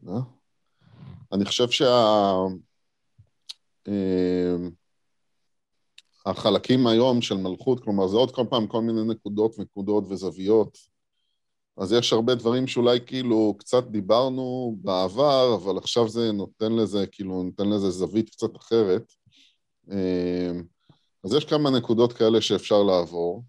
אני חושב שהחלקים היום של מלכות, כלומר זה עוד כל פעם כל מיני נקודות וזוויות, אז יש הרבה דברים שאולי כאילו קצת דיברנו בעבר, אבל עכשיו זה נותן לזה, כאילו נותן לזה זווית קצת אחרת. אז יש כמה נקודות כאלה שאפשר לעבור.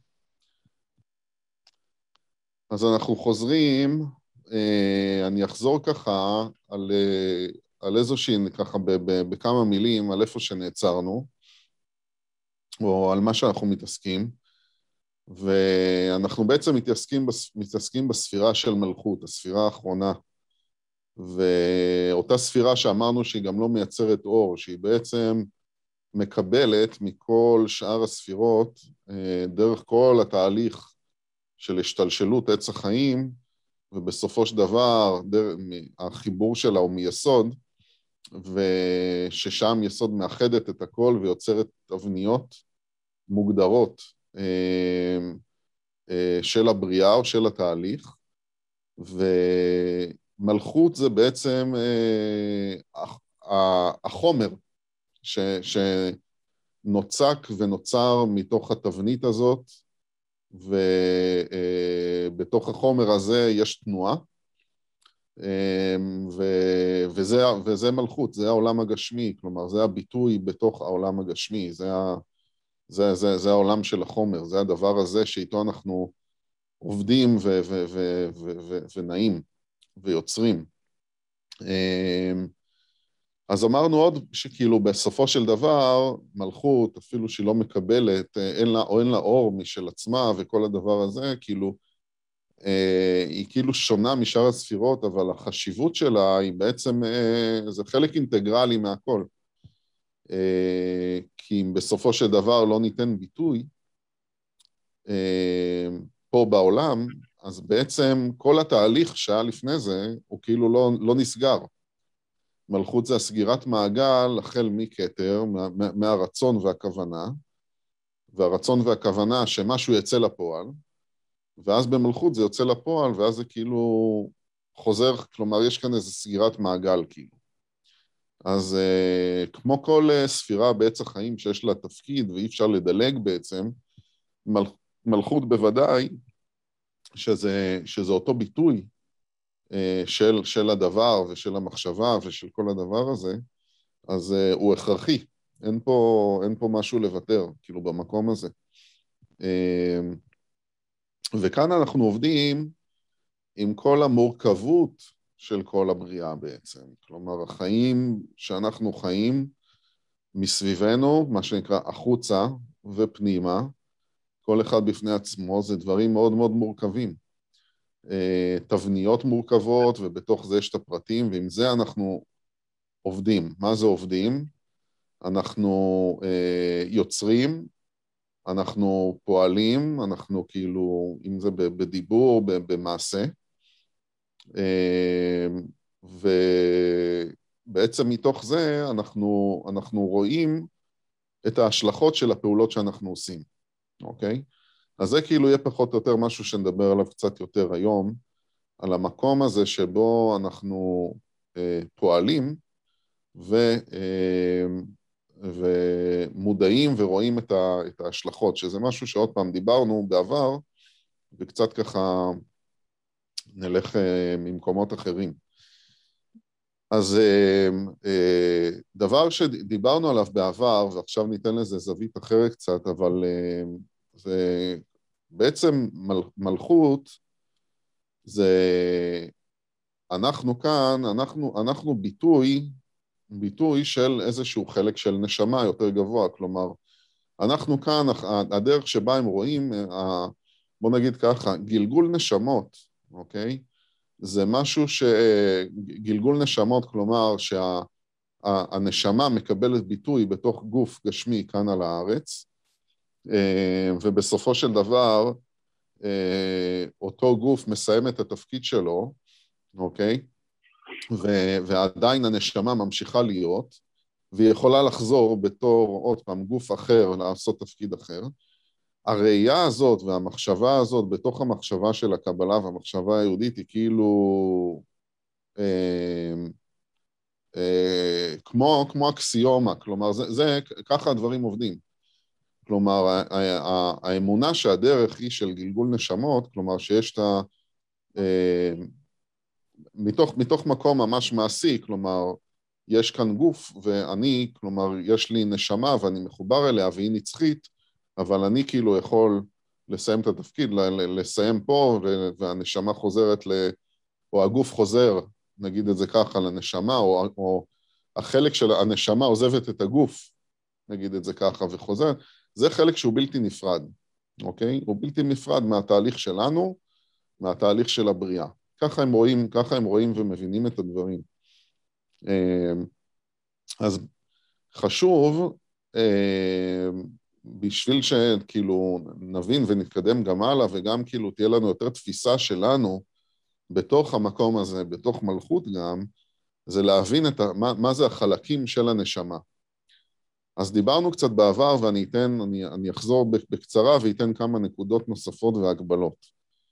אז אנחנו חוזרים, אני אחזור ככה על איזושהי, ככה בכמה מילים, על איפה שנעצרנו, או על מה שאנחנו מתעסקים, ואנחנו בעצם מתעסקים בספירה של מלכות, הספירה האחרונה, ואותה ספירה שאמרנו שהיא גם לא מייצרת אור, שהיא בעצם מקבלת מכל שאר הספירות, דרך כל התהליך של השתלשלות עץ החיים, ובסופו של דבר החיבור שלה הוא מיסוד, וששם יסוד מאחדת את הכל ויוצרת תבניות מוגדרות של הבריאה או של התהליך, ומלכות זה בעצם החומר שנוצק ונוצר מתוך התבנית הזאת, ובתוך החומר הזה יש תנועה, וזה מלכות, זה העולם הגשמי, כלומר זה הביטוי בתוך העולם הגשמי, זה העולם של החומר, זה הדבר הזה שאיתו אנחנו עובדים ונעים ויוצרים. אז אמרנו עוד שכאילו בסופו של דבר מלכות, אפילו שהיא לא מקבלת, אין לה אור משל עצמה וכל הדבר הזה, כאילו היא כאילו שונה משאר הספירות, אבל החשיבות שלה היא בעצם, זה חלק אינטגרלי מהכל. כי אם בסופו של דבר לא ניתן ביטוי פה בעולם, אז בעצם כל התהליך שהיה לפני זה הוא כאילו לא נסגר. מלכות זה הסגירת מעגל החל מכתר, מהרצון והכוונה, והרצון והכוונה שמשהו יצא לפועל, ואז במלכות זה יוצא לפועל, ואז זה כאילו חוזר, כלומר יש כאן איזו סגירת מעגל כאילו. אז כמו כל ספירה בעץ החיים שיש לה תפקיד, ואי אפשר לדלג בעצם, מלכות בוודאי, שזה אותו ביטוי של הדבר ושל המחשבה ושל כל הדבר הזה, אז הוא הכרחי, אין פה משהו לוותר, כאילו במקום הזה. וכאן אנחנו עובדים עם כל המורכבות של כל הבריאה בעצם. כלומר, החיים שאנחנו חיים מסביבנו, מה שנקרא החוצה ופנימה, כל אחד בפני עצמו, זה דברים מאוד מאוד מורכבים. תבניות מורכבות, ובתוך זה יש את הפרטים, ועם זה אנחנו עובדים. מה זה עובדים? אנחנו יוצרים, אנחנו פועלים, אנחנו כאילו, אם זה בדיבור, במעשה, ובעצם מתוך זה אנחנו רואים את ההשלכות של הפעולות שאנחנו עושים, אוקיי? אז זה כאילו יהיה פחות או יותר משהו שנדבר עליו קצת יותר היום, על המקום הזה שבו אנחנו פועלים ומודעים ורואים את ההשלכות, שזה משהו שעוד פעם דיברנו בעבר, וקצת ככה נלך ממקומות אחרים. אז דבר שדיברנו עליו בעבר, ועכשיו ניתן לזה זווית אחרת קצת, אבל זה בעצם מלכות, זה אנחנו כאן, אנחנו ביטוי של איזשהו חלק של נשמה יותר גבוה, כלומר, אנחנו כאן, הדרך שבה הם רואים, בוא נגיד ככה, גלגול נשמות, אוקיי? זה משהו גלגול נשמות, כלומר שהנשמה מקבלת ביטוי בתוך גוף גשמי כאן על הארץ, ובסופו של דבר, אותו גוף מסיים את התפקיד שלו, אוקיי? ועדיין הנשמה ממשיכה להיות, והיא יכולה לחזור בתור עוד פעם גוף אחר, לעשות תפקיד אחר. הראייה הזאת והמחשבה הזאת בתוך המחשבה של הקבלה והמחשבה היהודית היא כאילו כמו אקסיומה, כלומר, ככה הדברים עובדים. כלומר, האמונה שהדרך היא של גלגול נשמות, כלומר, שיש את ה... מתוך מקום ממש מעשי, כלומר, יש כאן גוף ואני, כלומר, יש לי נשמה ואני מחובר אליה והיא נצחית, אבל אני כאילו יכול לסיים את התפקיד, לסיים פה, והנשמה חוזרת או הגוף חוזר, נגיד את זה ככה, לנשמה, או החלק של הנשמה עוזבת את הגוף, נגיד את זה ככה, וחוזר. זה חלק שהוא בלתי נפרד, אוקיי? הוא בלתי נפרד מהתהליך שלנו, מהתהליך של הבריאה. ככה הם רואים ומבינים את הדברים. אז חשוב, בשביל שכאילו נבין ונתקדם גם הלאה, וגם כאילו תהיה לנו יותר תפיסה שלנו, בתוך המקום הזה, בתוך מלכות גם, זה להבין מה זה החלקים של הנשמה. אז דיברנו קצת בעבר, ואני אחזור בקצרה, ואתן כמה נקודות נוספות והגבלות.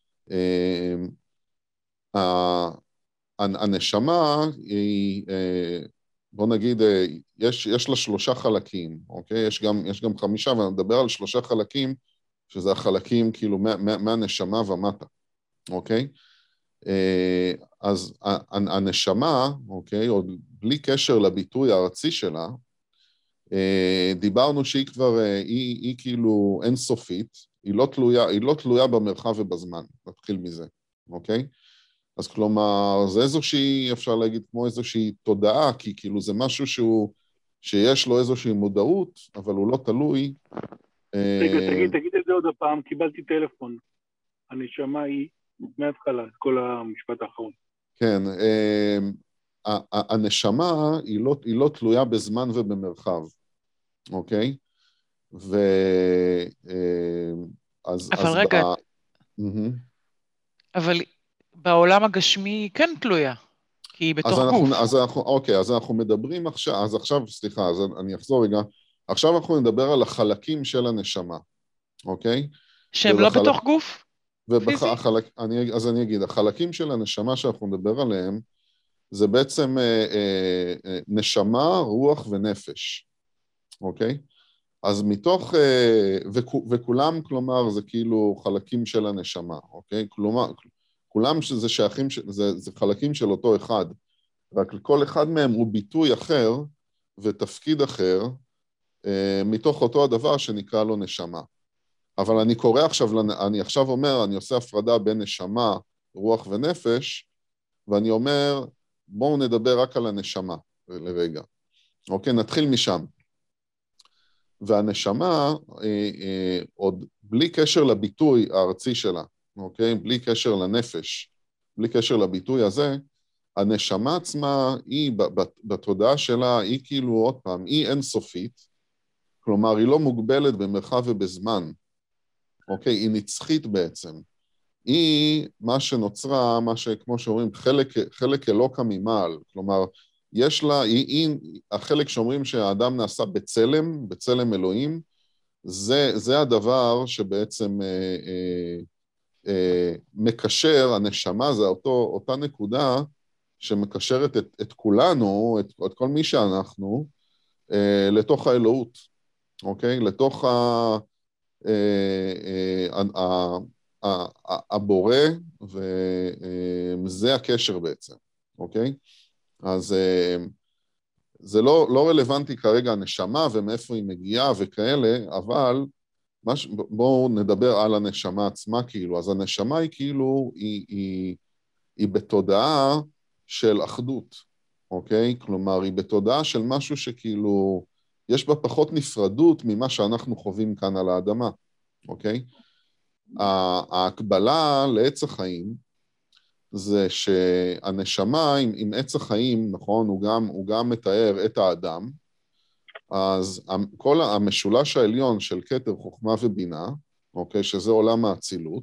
הנשמה היא, בוא נגיד, יש לה 3 חלקים, אוקיי? יש גם 5, ואני מדבר על 3 חלקים, שזה החלקים כאילו מהנשמה ומטה, אוקיי? אז הנשמה, אוקיי, עוד בלי קשר לביטוי הארצי שלה, דיברנו שהיא כבר, היא כאילו אינסופית, היא לא תלויה במרחב ובזמן, נתחיל מזה, אוקיי? אז כלומר, זה איזושהי, אפשר להגיד, כמו איזושהי תודעה, כי כאילו זה משהו שיש לו איזושהי מודעות, אבל הוא לא תלוי. רגע, תגיד את זה עוד הפעם, קיבלתי טלפון. הנשמה היא מההתחלה, כל המשפט האחרון. כן, הנשמה היא לא תלויה בזמן ובמרחב, אוקיי? אבל רגע, אבל בעולם הגשמי כן תלויה, כי היא בתוך גוף. אוקיי, אז אנחנו מדברים עכשיו, סליחה, אז אני אחזור רגע, עכשיו אנחנו נדבר על החלקים של הנשמה, אוקיי? שהם לא בתוך גוף? פיזי? אז אני אגיד, החלקים של הנשמה שאנחנו נדבר עליהם, זה בעצם נשמה, רוח ונפש, אוקיי? אז מתוך, וכולם, כלומר, זה כאילו חלקים של הנשמה, אוקיי? כולם שזה שייכים, זה חלקים של אותו אחד, רק לכל אחד מהם הוא ביטוי אחר ותפקיד אחר, מתוך אותו הדבר שנקרא לו נשמה. אבל אני קורא עכשיו, אני עכשיו אומר, אני עושה הפרדה בין נשמה, רוח ונפש, ואני אומר, בואו נדבר רק על הנשמה לרגע. אוקיי, נתחיל משם. והנשמה, עוד בלי קשר לביטוי הארצי שלה, אוקיי? בלי קשר לנפש, בלי קשר לביטוי הזה, הנשמה עצמה, היא בתודעה שלה, היא כאילו עוד פעם, היא אינסופית, כלומר, היא לא מוגבלת במרחב ובזמן, אוקיי? היא נצחית בעצם. היא מה שנוצרה, כמו שאומרים, חלק אלוקה ממעל, כלומר, יש לה, החלק שאומרים שהאדם נעשה בצלם אלוהים, זה הדבר שבעצם מקשר, הנשמה, זה אותה נקודה שמקשרת את כולנו, את כל מי שאנחנו, לתוך האלוהות, אוקיי? לתוך הבורא, וזה הקשר בעצם, אוקיי? אז זה לא רלוונטי כרגע הנשמה ומאיפה היא מגיעה וכאלה, אבל בואו נדבר על הנשמה עצמה כאילו. אז הנשמה היא כאילו, היא בתודעה של אחדות, אוקיי? כלומר, היא בתודעה של משהו שכאילו, יש בה פחות נפרדות ממה שאנחנו חווים כאן על האדמה, אוקיי? ההקבלה לעץ החיים, זה שהנשמה עם עץ החיים, נכון, הוא גם מתאר את האדם, אז כל המשולש העליון של כתר, חוכמה ובינה, אוקיי, שזה עולם האצילות,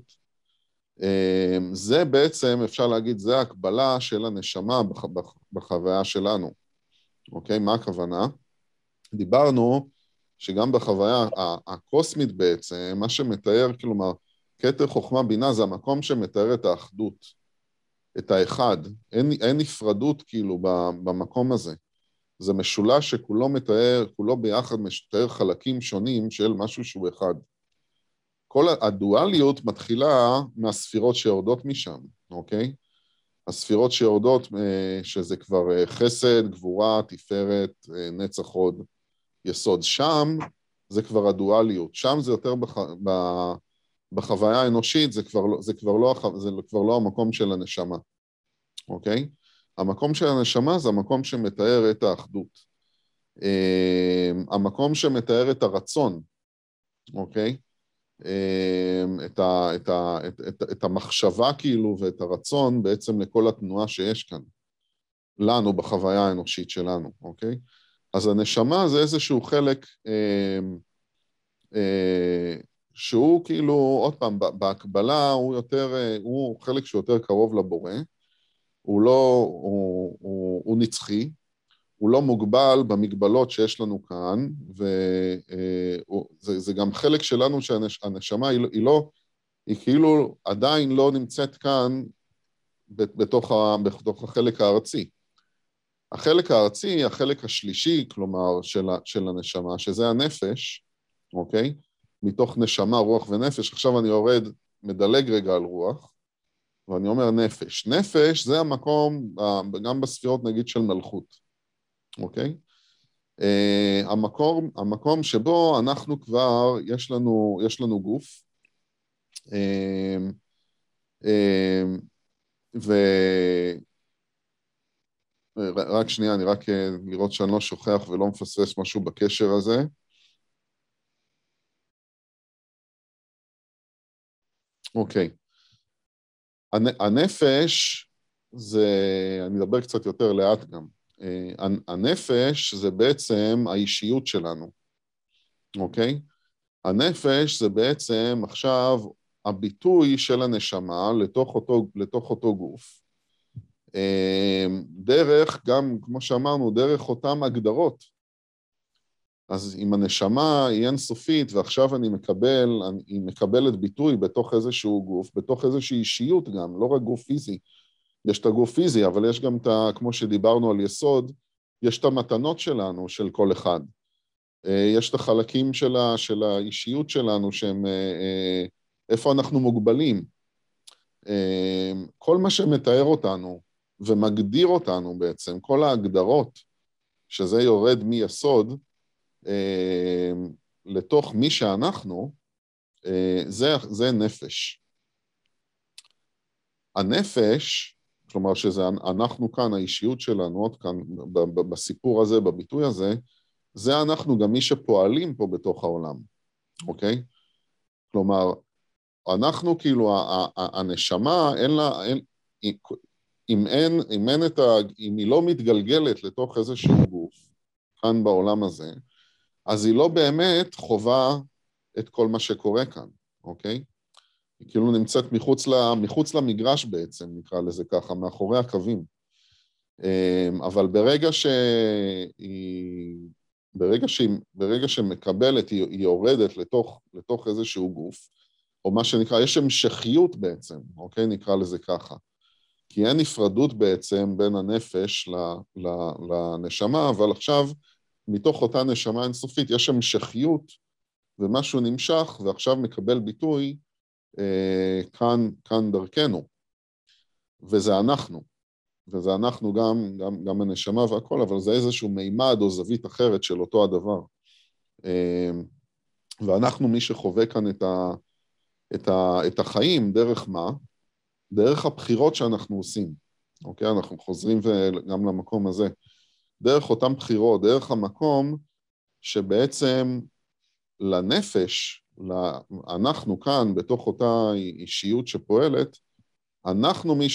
זה בעצם, אפשר להגיד, זה ההקבלה של הנשמה בחוויה שלנו, אוקיי, מה הכוונה? דיברנו שגם בחוויה הקוסמית בעצם, מה שמתאר, כלומר, כתר, חוכמה, בינה, זה המקום שמתאר את האחדות, את האחד, אין נפרדות כאילו במקום הזה. זה משולש שכולו מתאר, כולו ביחד מתאר חלקים שונים של משהו שהוא אחד. כל הדואליות מתחילה מהספירות שיורדות משם, אוקיי? הספירות שיורדות, שזה כבר חסד, גבורה, תפארת, נצח הוד, יסוד. שם זה כבר הדואליות. שם זה יותר בחוויה האנושית, זה כבר לא המקום של הנשמה, אוקיי? המקום של הנשמה זה המקום שמתאר את האחדות. המקום שמתאר את הרצון, אוקיי? את המחשבה כאילו ואת הרצון בעצם לכל התנועה שיש כאן, לנו בחוויה האנושית שלנו, אוקיי? אז הנשמה זה איזשהו חלק שהוא כאילו, עוד פעם, בהקבלה הוא חלק שיותר קרוב לבורא, הוא נצחי, הוא לא מוגבל במגבלות שיש לנו כאן, וזה גם חלק שלנו שהנשמה היא כאילו עדיין לא נמצאת כאן בתוך החלק הארצי. החלק הארצי, החלק השלישי, כלומר, של הנשמה, שזה הנפש, אוקיי? מתוך נשמה, רוח ונפש. עכשיו אני מדלג רגע על רוח, ואני אומר נפש. נפש זה המקום, גם בספירות נגיד של מלכות. אוקיי? המקום שבו אנחנו כבר, יש לנו גוף, רק שנייה, אני רק לראות שאני לא שוכח ולא מפספס משהו בקשר הזה. אוקיי. הנפש זה, אני אדבר קצת יותר לאט גם. הנפש זה בעצם האישיות שלנו, אוקיי? הנפש זה בעצם עכשיו הביטוי של הנשמה לתוך אותו גוף, דרך, גם כמו שאמרנו, דרך אותם הגדרות. אז אם הנשמה היא אינסופית, ועכשיו היא מקבלת ביטוי בתוך איזשהו גוף, בתוך איזושהי אישיות גם, לא רק גוף פיזי, יש את הגוף פיזי, אבל יש גם כמו שדיברנו על יסוד, יש את המתנות שלנו, של כל אחד. יש את החלקים של האישיות שלנו, שהם, איפה אנחנו מוגבלים. כל מה שמתאר אותנו, ומגדיר אותנו בעצם, כל ההגדרות, שזה יורד מיסוד, לתוך מי שאנחנו, זה נפש. הנפש, כלומר שזה אנחנו כאן, האישיות שלנו, עוד כאן, בסיפור הזה, בביטוי הזה, זה אנחנו גם מי שפועלים פה בתוך העולם, אוקיי? כלומר, אנחנו כאילו, הנשמה, אם היא לא מתגלגלת לתוך איזשהו גוף, כאן בעולם הזה, אז היא לא באמת חובה את כל מה שקורה כאן, אוקיי? היא כאילו נמצאת מחוץ למגרש בעצם, נקרא לזה ככה, מאחורי הקווים. אבל ברגע שמקבלת, היא יורדת לתוך איזשהו גוף, או מה שנקרא, יש המשכיות בעצם, אוקיי? נקרא לזה ככה. כי אין נפרדות בעצם בין הנפש לנשמה, אבל עכשיו, מתוך אותה נשמה אינסופית, יש המשכיות, ומשהו נמשך, ועכשיו מקבל ביטוי, כאן דרכנו, וזה אנחנו גם הנשמה והכל, אבל זה איזשהו מימד או זווית אחרת של אותו הדבר. ואנחנו מי שחווה כאן את החיים, דרך מה? דרך הבחירות שאנחנו עושים, אוקיי? אנחנו חוזרים גם למקום הזה, דרך אותם בחירות, דרך המקום שבעצם לנפש, אנחנו כאן, בתוך אותה אישיות שפועלת, אנחנו מי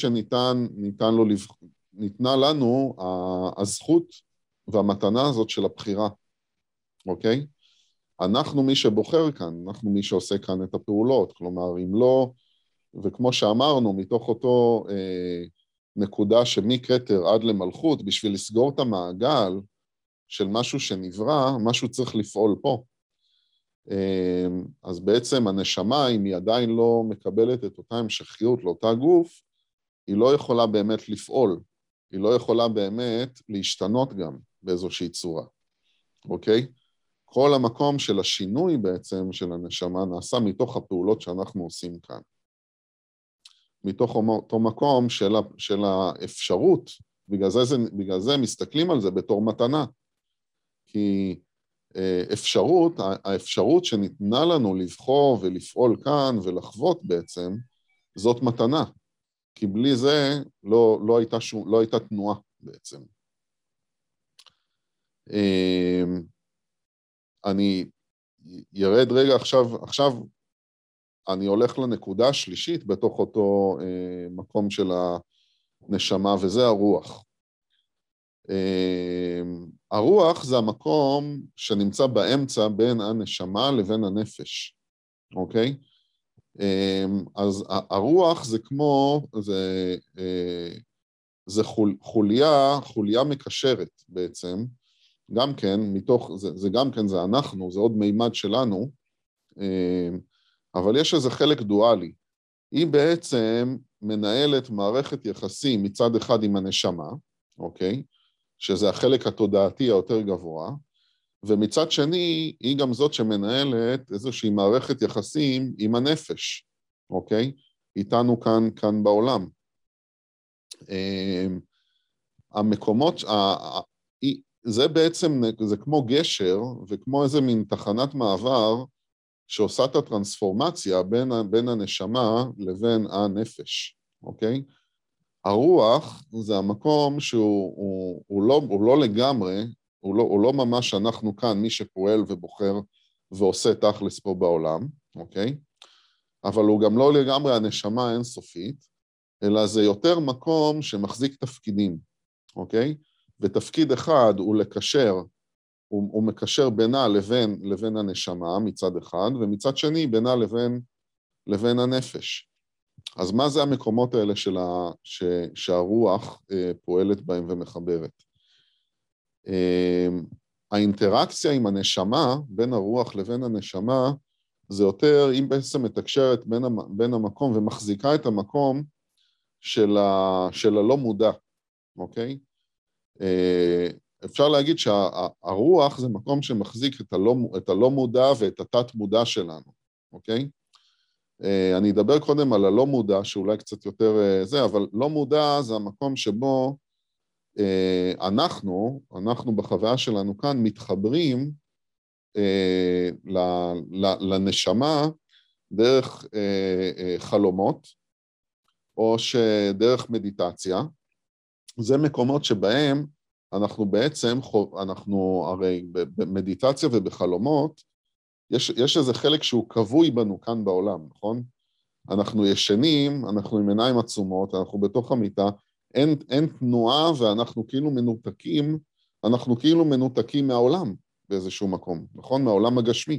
ניתנה לנו הזכות והמתנה הזאת של הבחירה, אוקיי? אנחנו מי שבוחר כאן, אנחנו מי שעושה כאן את הפעולות, כלומר, אם לא, וכמו שאמרנו, מתוך אותו נקודה שמכתר עד למלכות, בשביל לסגור את המעגל של משהו שנברא, משהו צריך לפעול פה. אז בעצם הנשמה, אם היא עדיין לא מקבלת את אותה המשכיות לאותה גוף, היא לא יכולה באמת לפעול, היא לא יכולה באמת להשתנות גם באיזושהי צורה, אוקיי? כל המקום של השינוי בעצם של הנשמה נעשה מתוך הפעולות שאנחנו עושים כאן. מתוך אותו מקום של האפשרות, בגלל זה מסתכלים על זה בתור מתנה, כי האפשרות שניתנה לנו לבחור ולפעול כאן ולחוות בעצם, זאת מתנה, כי בלי זה לא הייתה תנועה בעצם. אני ירד רגע עכשיו אני הולך לנקודה השלישית בתוך אותו מקום של הנשמה, וזה הרוח. הרוח זה המקום שנמצא באמצע בין הנשמה לבין הנפש, אוקיי? אז הרוח זה כמו, זה חוליה מקשרת בעצם, גם כן, זה גם כן, זה אנחנו, זה עוד מימד שלנו, אבל יש איזה חלק דואלי. היא בעצם מנהלת מערכת יחסים מצד אחד עם הנשמה, אוקיי? שזה החלק התודעתי היותר גבוה, ומצד שני, היא גם זאת שמנהלת איזושהי מערכת יחסים עם הנפש, אוקיי? איתנו כאן בעולם. המקומות, זה בעצם, זה כמו גשר, וכמו איזה מין תחנת מעבר, שעושה את הטרנספורמציה בין הנשמה לבין הנפש, אוקיי? הרוח זה המקום שהוא לא לגמרי, הוא לא ממש אנחנו כאן, מי שפועל ובוחר ועושה תכלס פה בעולם, אוקיי? אבל הוא גם לא לגמרי הנשמה האינסופית, אלא זה יותר מקום שמחזיק תפקידים, אוקיי? ותפקיד אחד הוא לקשר, הוא מקשר בינה לבין הנשמה מצד אחד, ומצד שני בינה לבין הנפש. אז מה זה המקומות האלה שהרוח פועלת בהם ומחברת? האינטראקציה עם הנשמה, בין הרוח לבין הנשמה, זה יותר, אם בעצם מתקשרת בין המקום ומחזיקה את המקום של הלא מודע, אוקיי? אפשר להגיד שהרוח זה מקום שמחזיק את הלא מודע ואת התת מודע שלנו, אוקיי? אני אדבר קודם על הלא מודע, שאולי קצת יותר זה, אבל לא מודע זה המקום שבו אנחנו בחוויה שלנו כאן מתחברים לנשמה דרך חלומות, או שדרך מדיטציה. זה מקומות שבהם אנחנו בעצם, הרי במדיטציה ובחלומות, יש איזה חלק שהוא קבוי בנו כאן בעולם, נכון? אנחנו ישנים, אנחנו עם עיניים עצומות, אנחנו בתוך המיטה, אין תנועה ואנחנו כאילו מנותקים מהעולם באיזשהו מקום, נכון? מהעולם הגשמי.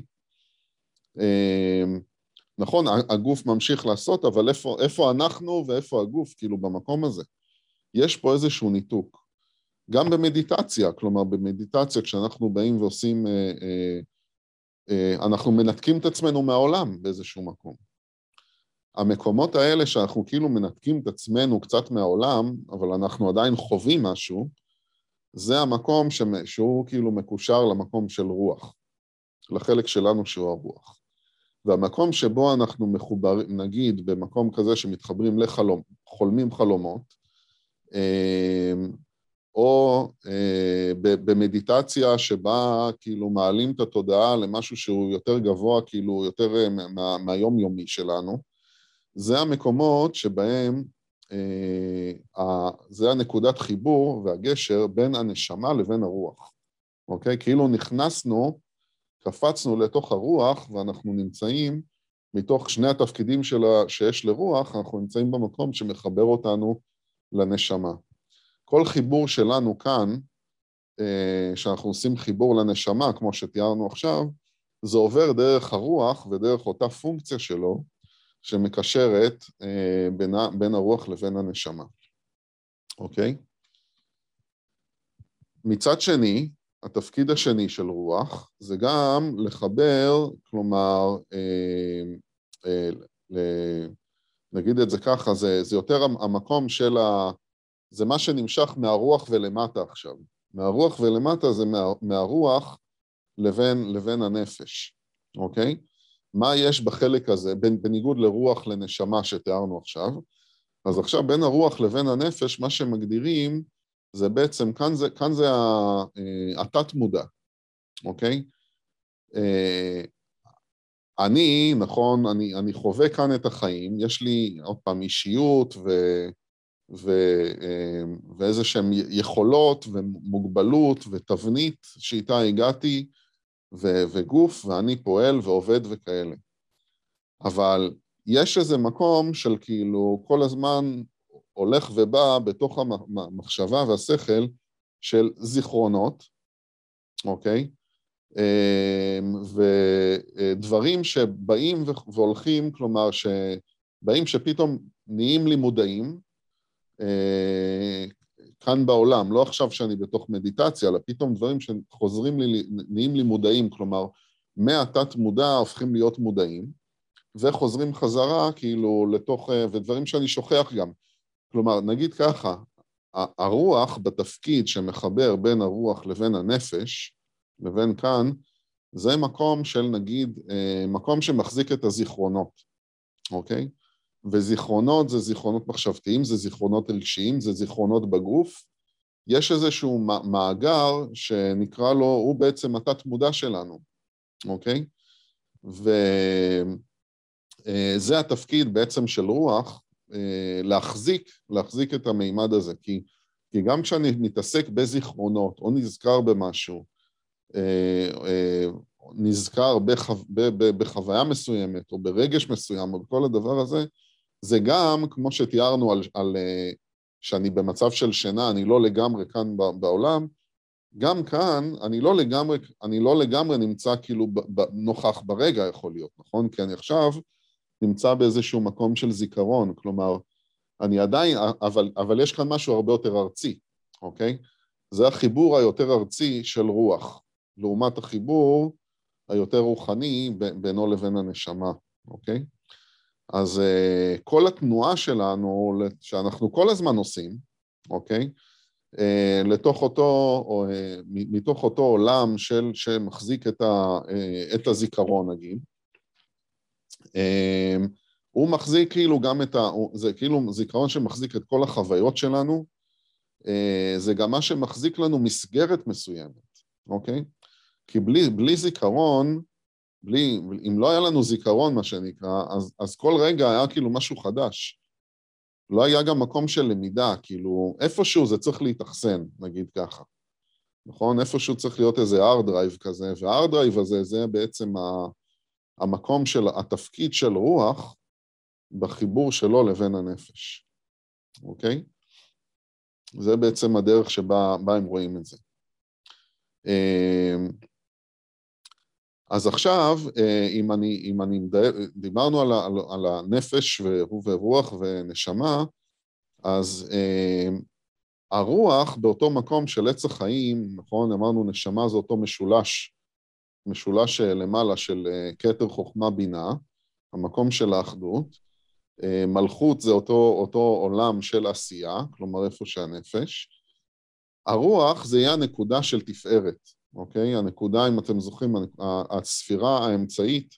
נכון, הגוף ממשיך לעשות, אבל איפה אנחנו ואיפה הגוף, כאילו במקום הזה? יש פה איזשהו ניתוק. גם במדיטציה, כלומר במדיטציה כשאנחנו באים ועושים, אנחנו מנתקים את עצמנו מהעולם באיזשהו מקום. המקומות האלה שאנחנו כאילו מנתקים את עצמנו קצת מהעולם, אבל אנחנו עדיין חווים משהו, זה המקום שהוא כאילו מקושר למקום של רוח, לחלק שלנו שהוא הרוח. והמקום שבו אנחנו מחוברים, נגיד במקום כזה שמתחברים חולמים חלומות, או במדיטציה שבה כאילו מעלים את התודעה למשהו שהוא יותר גבוה, כאילו יותר מהיום-יומי שלנו, זה המקומות שבהם, זה הנקודת חיבור והגשר בין הנשמה לבין הרוח, אוקיי? כאילו קפצנו לתוך הרוח, ואנחנו נמצאים, מתוך שני התפקידים שיש לרוח, אנחנו נמצאים במקום שמחבר אותנו לנשמה. כל חיבור שלנו כאן, שאנחנו עושים חיבור לנשמה, כמו שתיארנו עכשיו, זה עובר דרך הרוח ודרך אותה פונקציה שלו, שמקשרת בין הרוח לבין הנשמה. אוקיי? מצד שני, התפקיד השני של רוח, זה גם לחבר, כלומר, נגיד את זה ככה, זה יותר המקום של זה מה שנמשך מהרוח ולמטה עכשיו. מהרוח ולמטה זה מהרוח לבין הנפש, אוקיי? מה יש בחלק הזה, בניגוד לרוח לנשמה שתיארנו עכשיו, אז עכשיו בין הרוח לבין הנפש, מה שמגדירים זה בעצם, כאן זה התת מודע, אוקיי? נכון, אני חווה כאן את החיים, יש לי עוד פעם אישיות ואיזה שהן יכולות ומוגבלות ותבנית שאיתה הגעתי וגוף, ואני פועל ועובד וכאלה. אבל יש איזה מקום של כאילו כל הזמן הולך ובא בתוך המחשבה והשכל של זיכרונות, אוקיי? ודברים שבאים והולכים, כלומר שבאים שפתאום נהיים לי מודעים, כאן בעולם, לא עכשיו שאני בתוך מדיטציה, אלא פתאום דברים שחוזרים לי, נהיים לי מודעים, כלומר, מהתת מודע הופכים להיות מודעים, וחוזרים חזרה כאילו לתוך, ודברים שאני שוכח גם. כלומר, נגיד ככה, הרוח בתפקיד שמחבר בין הרוח לבין הנפש, לבין כאן, זה מקום של נגיד, מקום שמחזיק את הזיכרונות, אוקיי? וזיכרונות זה זיכרונות מחשבתיים, זה זיכרונות רגשיים, זה זיכרונות בגוף. יש איזשהו מאגר שנקרא לו, הוא בעצם התת מודע שלנו, אוקיי? וזה התפקיד בעצם של רוח, להחזיק את המימד הזה, כי גם כשאני מתעסק בזיכרונות, או נזכר במשהו, נזכר בחוויה מסוימת, או ברגש מסוים, או בכל הדבר הזה, זה גם, כמו שתיארנו על שאני במצב של שינה, אני לא לגמרי כאן בעולם, גם כאן אני לא לגמרי נמצא כאילו נוכח ברגע יכול להיות, נכון? כי אני עכשיו נמצא באיזשהו מקום של זיכרון, כלומר, אני עדיין, אבל יש כאן משהו הרבה יותר ארצי, אוקיי? זה החיבור היותר ארצי של רוח, לעומת החיבור היותר רוחני בינו לבין הנשמה, אוקיי? אז כל התנועה שלנו, שאנחנו כל הזמן עושים, אוקיי? מתוך אותו עולם שמחזיק את הזיכרון, נגיד, הוא מחזיק כאילו גם זה כאילו זיכרון שמחזיק את כל החוויות שלנו, זה גם מה שמחזיק לנו מסגרת מסוימת, אוקיי? כי בלי זיכרון, אם לא היה לנו זיכרון, מה שנקרא, אז כל רגע היה כאילו משהו חדש. לא היה גם מקום של למידה, כאילו איפשהו זה צריך להתאחסן, נגיד ככה. נכון? איפשהו צריך להיות איזה hard drive כזה, וה-hard drive הזה זה בעצם המקום של התפקיד של רוח בחיבור שלו לבין הנפש. אוקיי? זה בעצם הדרך שבה הם רואים את זה. אז עכשיו, דיברנו על הנפש ורוח ונשמה, אז הרוח באותו מקום של עץ החיים, נכון, אמרנו נשמה זה אותו משולש למעלה של כתר חוכמה בינה, המקום של האחדות, מלכות זה אותו עולם של עשייה, כלומר איפה שהנפש, הרוח זה יהיה הנקודה של תפארת, אוקיי? הנקודה, אם אתם זוכרים, הספירה האמצעית,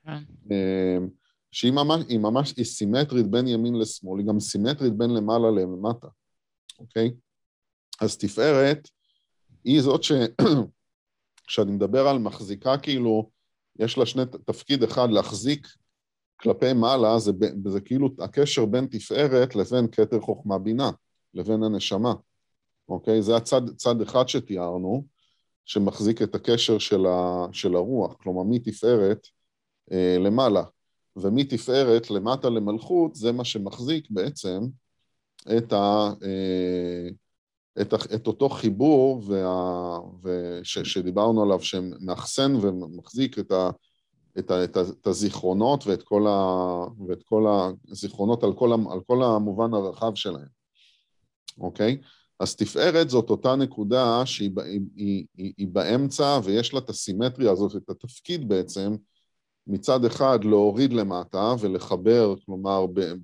שהיא ממש סימטרית בין ימין לשמאל, היא גם סימטרית בין למעלה למטה, אוקיי? אז תפארת היא זאת כשאני מדבר על מחזיקה, כאילו, יש לה שני תפקיד אחד, להחזיק כלפי מעלה, זה כאילו הקשר בין תפארת לבין כתר חוכמה בינה, לבין הנשמה, אוקיי? זה הצד אחד שתיארנו, שמחזיק את הקשר של הרוח, כלומר מתפארת למעלה, ומתפארת למטה למלכות, זה מה שמחזיק בעצם את אותו חיבור שדיברנו עליו, שמאחסן ומחזיק את הזיכרונות ואת כל הזיכרונות על כל המובן הרחב שלהם, אוקיי? אז תפארת זאת אותה נקודה שהיא באמצע, ויש לה את הסימטריה הזאת, את התפקיד בעצם, מצד אחד להוריד למטה ולחבר, כלומר,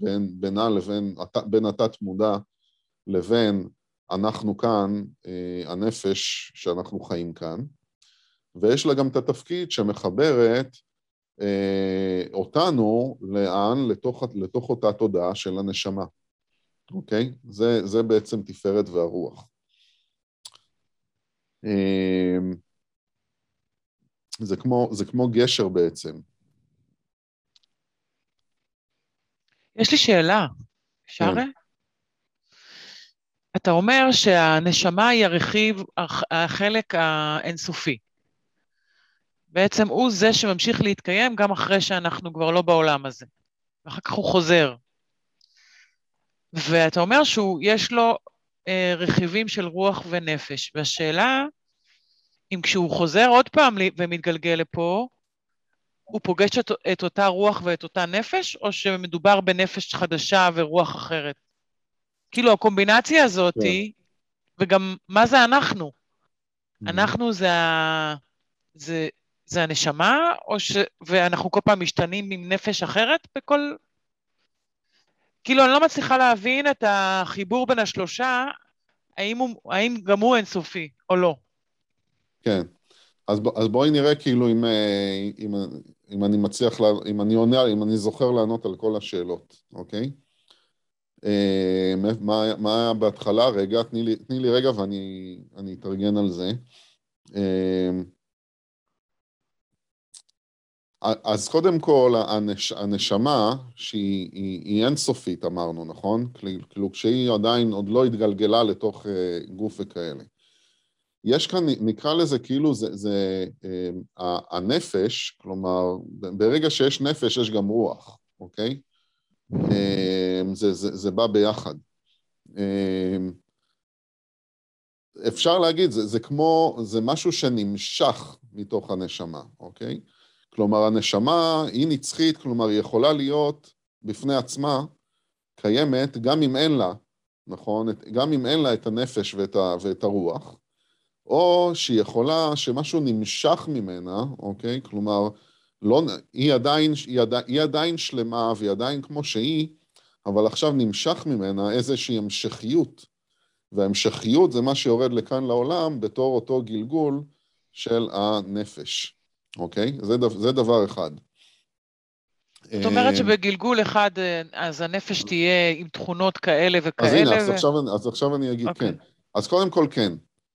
בין התת מודע לבין אנחנו כאן, הנפש שאנחנו חיים כאן, ויש לה גם את התפקיד שמחברת אותנו לאן? לתוך אותה תודעה של הנשמה. אוקיי? זה בעצם תפארת והרוח. זה כמו גשר בעצם. יש לי שאלה, אפשר? כן. אתה אומר שהנשמה היא הרכיב, החלק האינסופי. בעצם הוא זה שממשיך להתקיים גם אחרי שאנחנו כבר לא בעולם הזה. ואחר כך הוא חוזר. ואתה אומר שיש לו רכיבים של רוח ונפש. והשאלה, אם כשהוא חוזר עוד פעם ומתגלגל לפה, הוא פוגש את אותה רוח ואת אותה נפש, או שמדובר בנפש חדשה ורוח אחרת? כאילו הקומבינציה הזאת היא, וגם מה זה אנחנו? אנחנו זה הנשמה, ואנחנו כל פעם משתנים עם נפש אחרת בכל... כאילו אני לא מצליחה להבין את החיבור בין השלושה, האם גם הוא אינסופי או לא. כן. אז בואי נראה כאילו אם אני מצליח, אם אני זוכר לענות על כל השאלות, אוקיי? מה היה בהתחלה? רגע, תני לי רגע ואני אתארגן על זה. אז קודם כל, הנשמה שהיא אינסופית, אמרנו, נכון? כאילו כשהיא עדיין עוד לא התגלגלה לתוך גוף וכאלה. יש כאן, נקרא לזה כאילו זה הנפש, כלומר, ברגע שיש נפש יש גם רוח, אוקיי? זה בא ביחד. אפשר להגיד, זה משהו שנמשך מתוך הנשמה, אוקיי? כלומר, הנשמה היא נצחית, כלומר, היא יכולה להיות בפני עצמה קיימת, גם אם אין לה, נכון? גם אם אין לה את הנפש ואת הרוח, או שהיא יכולה, שמשהו נמשך ממנה, אוקיי? כלומר, היא עדיין שלמה והיא עדיין כמו שהיא, אבל עכשיו נמשך ממנה איזושהי המשכיות, וההמשכיות זה מה שיורד לכאן לעולם בתור אותו גלגול של הנפש, אוקיי? זה דבר אחד. זאת אומרת שבגלגול אחד, אז הנפש תהיה עם תכונות כאלה וכאלה? אז הנה, אז עכשיו אני אגיד כן. אז קודם כל כן.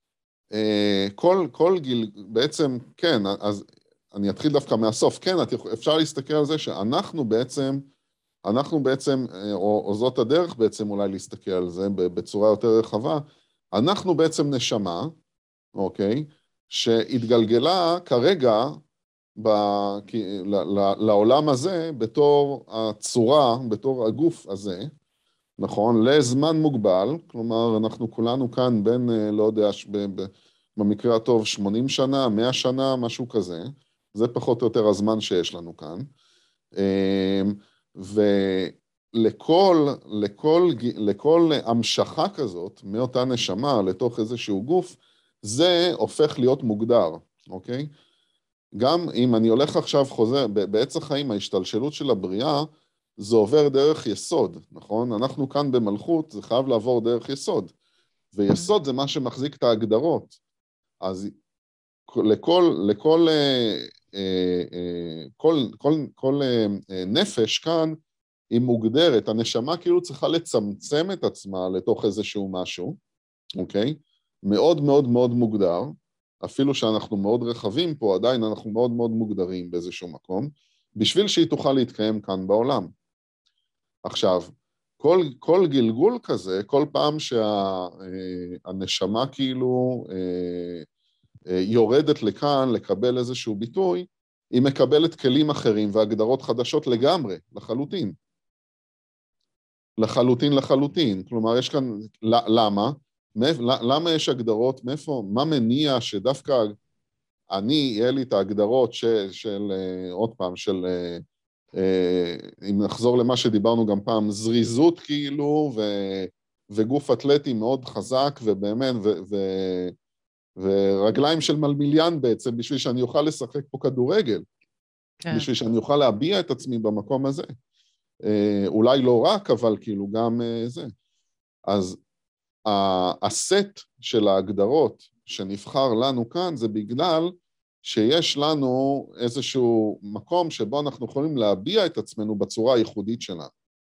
בעצם כן, אז אני אתחיל דווקא מהסוף. כן, אפשר להסתכל על זה שאנחנו בעצם, או זאת הדרך בעצם אולי להסתכל על זה בצורה יותר רחבה, אנחנו בעצם נשמה, אוקיי, שהתגלגלה כרגע לעולם הזה בתור הצורה, בתור הגוף הזה, נכון, לזמן מוגבל, כלומר אנחנו כולנו כאן בין, לא יודע, במקרה הטוב 80 שנה, 100 שנה, משהו כזה, זה פחות או יותר הזמן שיש לנו כאן, ולכל המשכה כזאת, מאותה נשמה לתוך איזשהו גוף, זה הופך להיות מוגדר, אוקיי? גם אם אני הולך עכשיו חוזר, בעץ החיים, ההשתלשלות של הבריאה, זה עובר דרך יסוד, נכון? אנחנו כאן במלכות, זה חייב לעבור דרך יסוד, ויסוד זה מה שמחזיק את ההגדרות. אז כל נפש כאן היא מוגדרת, הנשמה כאילו צריכה לצמצם את עצמה לתוך איזשהו משהו, אוקיי? מאוד מאוד מאוד מוגדר, אפילו שאנחנו מאוד רחבים פה, עדיין אנחנו מאוד מאוד מוגדרים באיזשהו מקום, בשביל שהיא תוכל להתקיים כאן בעולם. עכשיו, כל גלגול כזה, כל פעם שהנשמה כאילו יורדת לכאן לקבל איזשהו ביטוי, היא מקבלת כלים אחרים והגדרות חדשות לגמרי, לחלוטין. לחלוטין. כלומר, יש כאן, למה? למה יש הגדרות? מאיפה? מה מניע שדווקא יהיה לי את ההגדרות של עוד פעם, של, אם נחזור למה שדיברנו גם פעם, זריזות כאילו, וגוף אתלטי מאוד חזק, ובאמת, ורגליים של מלמיליאן בעצם, בשביל שאני אוכל לשחק פה כדורגל. כן. בשביל שאני אוכל להביע את עצמי במקום הזה. אולי לא רק, אבל כאילו גם זה. אז הסט של ההגדרות שנבחר לנו כאן, זה בגלל שיש לנו איזשהו מקום שבו אנחנו יכולים להביע את עצמנו בצורה הייחודית שלנו.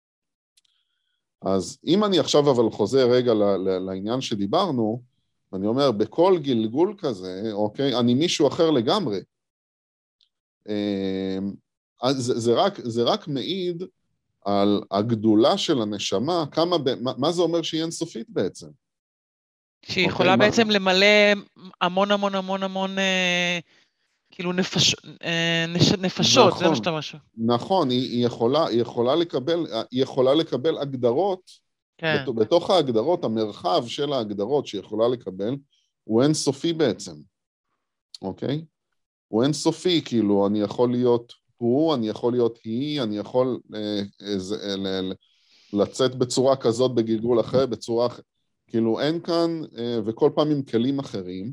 אז אם אני עכשיו אבל חוזר רגע לעניין שדיברנו, אני אומר, בכל גלגול כזה, אוקיי, אני מישהו אחר לגמרי. זה רק מעיד על הגדולה של הנשמה, מה זה אומר שהיא אינסופית בעצם? שהיא יכולה בעצם למלא המון המון המון המון, כאילו נפשות, זה מה שאתה משהו. נכון, היא יכולה לקבל הגדרות, כן. בתוך ההגדרות, המרחב של ההגדרות שהיא יכולה לקבל, הוא אינסופי בעצם, אוקיי? הוא אינסופי, כאילו, אני יכול להיות הוא, אני יכול להיות היא, אני יכול לצאת בצורה כזאת בגלגול אחר, בצורה, כאילו אין כאן, וכל פעם עם כלים אחרים,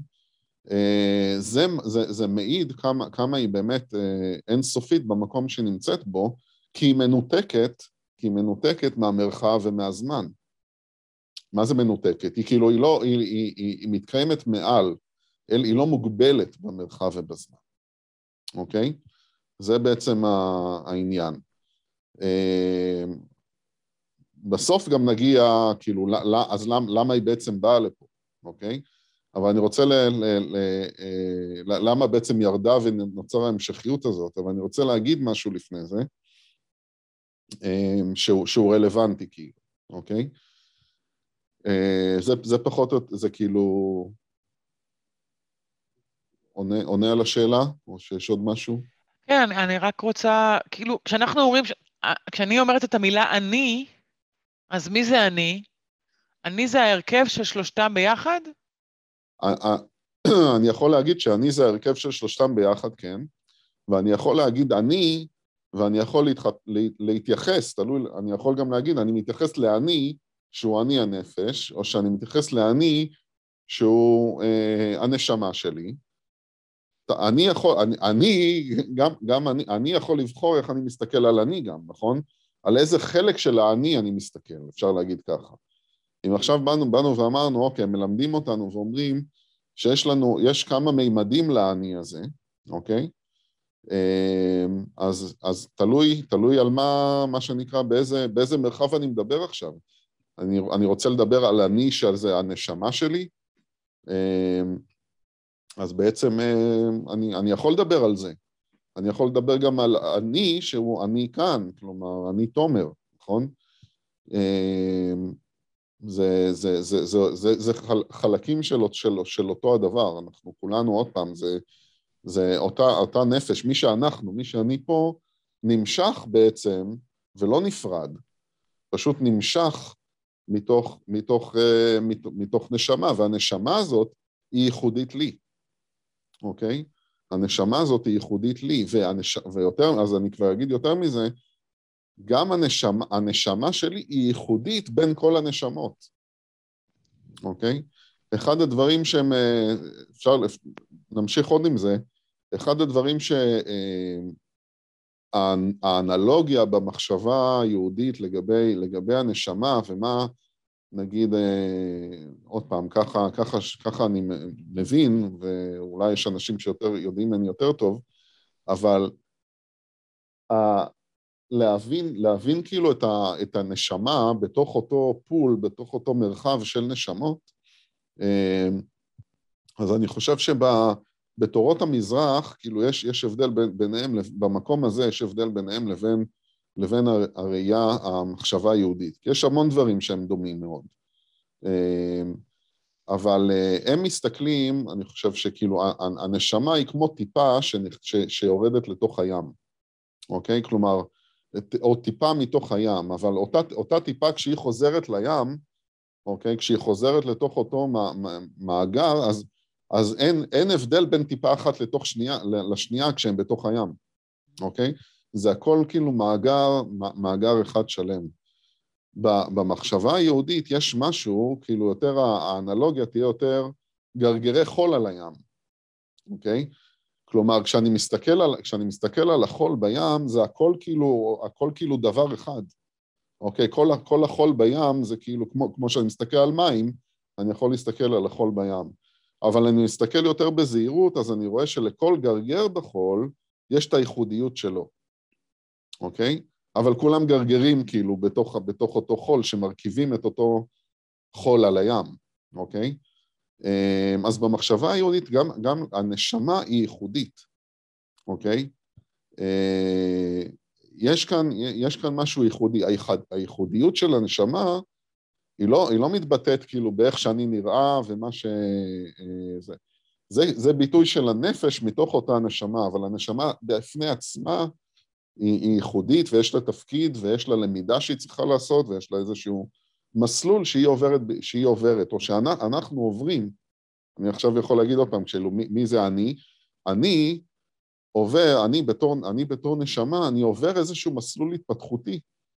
זה מעיד כמה היא באמת אינסופית במקום שנמצאת בו, כי היא מנותקת מהמרחב ומהזמן. מה זה מנותקת? היא כאילו, היא מתקיימת מעל, היא לא מוגבלת במרחב ובזמן. אוקיי? זה בעצם העניין. בסוף גם נגיע, כאילו, אז למה היא בעצם באה לפה, אוקיי? אבל אני רוצה למה בעצם ירדה ונוצר ההמשכיות הזאת, אבל אני רוצה להגיד משהו לפני זה, שהוא רלוונטי, כאילו, אוקיי? זה פחות, זה כאילו, עונה על השאלה, או שיש עוד משהו? כן, אני רק רוצה, כאילו, כשאנחנו אומרים, כשאני אומרת את המילה אני, אז מי זה אני? אני זה ההרכב של שלושתם ביחד? אני יכול להגיד שאני זה ההרכב של שלושתם ביחד, כן, ואני יכול להגיד אני, ואני יכול להתייחס, תלוי, אני יכול גם להגיד, אני מתייחס לאני, שהוא אני הנפש, או שאני מתייחס לאני, שהוא הנשמה שלי. אני יכול לבחור איך אני מסתכל על אני גם, נכון? על איזה חלק של האני אני מסתכל, אפשר להגיד ככה. אם עכשיו באנו ואמרנו, אוקיי, מלמדים אותנו ואומרים יש כמה מימדים לאני הזה, אוקיי? אז תלוי על מה שנקרא, באיזה מרחב אני מדבר עכשיו. אני רוצה לדבר על אני שזה הנשמה שלי, אז בעצם אני יכול לדבר על זה. אני יכול לדבר גם על אני, שהוא אני כאן, כלומר, אני תומר, נכון? זה חלקים של אותו הדבר, אנחנו כולנו עוד פעם, זה אותה נפש, מי שאני פה, נמשך בעצם, ולא נפרד, פשוט נמשך מתוך נשמה, והנשמה הזאת היא ייחודית לי, אוקיי? הנשמה הזאת היא ייחודית לי, ויותר, אז אני כבר אגיד יותר מזה, גם הנשמה שלי היא ייחודית בין כל הנשמות, אוקיי? אחד הדברים שהם, נמשיך עוד עם זה, אחד הדברים האנלוגיה במחשבה היהודית לגבי הנשמה, ומה נגיד, עוד פעם, ככה אני מבין, ואולי יש אנשים שיותר יודעים ממני יותר טוב, אבל להבין כאילו את הנשמה בתוך אותו פול, בתוך אותו מרחב של נשמות, אז אני חושב שבתורות המזרח, כאילו יש הבדל ביניהם, במקום הזה יש הבדל ביניהם לבין הראייה, המחשבה היהודית. כי יש המון דברים שהם דומים מאוד. אבל הם מסתכלים, אני חושב שכאילו הנשמה היא כמו טיפה שיורדת לתוך הים. אוקיי? כלומר, או טיפה מתוך הים, אבל אותה טיפה כשהיא חוזרת לים, אוקיי? כשהיא חוזרת לתוך אותו מאגר, אז אין הבדל בין טיפה אחת לשנייה כשהם בתוך הים, אוקיי? זה הכל כאילו מאגר אחד שלם. במחשבה היהודית יש משהו, כאילו יותר, האנלוגיה תהיה יותר גרגרי חול על הים, אוקיי? כלומר, כשאני מסתכל על החול בים, זה הכל כאילו דבר אחד. אוקיי? כל החול בים זה כאילו, כמו שאני מסתכל על מים, אני יכול להסתכל על החול בים. אבל אני מסתכל יותר בזהירות, אז אני רואה שלכל גרגר בחול, יש את הייחודיות שלו. אוקיי? אבל כולם גרגרים כאילו בתוך אותו חול, שמרכיבים את אותו חול על הים. אוקיי? אז במחשבה היהודית גם הנשמה היא ייחודית. אוקיי? יש כאן משהו ייחודי. הייחודיות של הנשמה היא לא מתבטאת כאילו באיך שאני נראה ומה זה ביטוי של הנפש מתוך אותה נשמה, אבל הנשמה בפני עצמה היא ייחודית ויש לה תפקיד ויש לה למידה שהיא צריכה לעשות ויש לה איזשהו מסלול שהיא עוברת או שאנחנו עוברים. אני עכשיו יכול להגיד עוד פעם, מי זה אני? אני בתור נשמה, אני עובר איזשהו מסלול התפתחותי,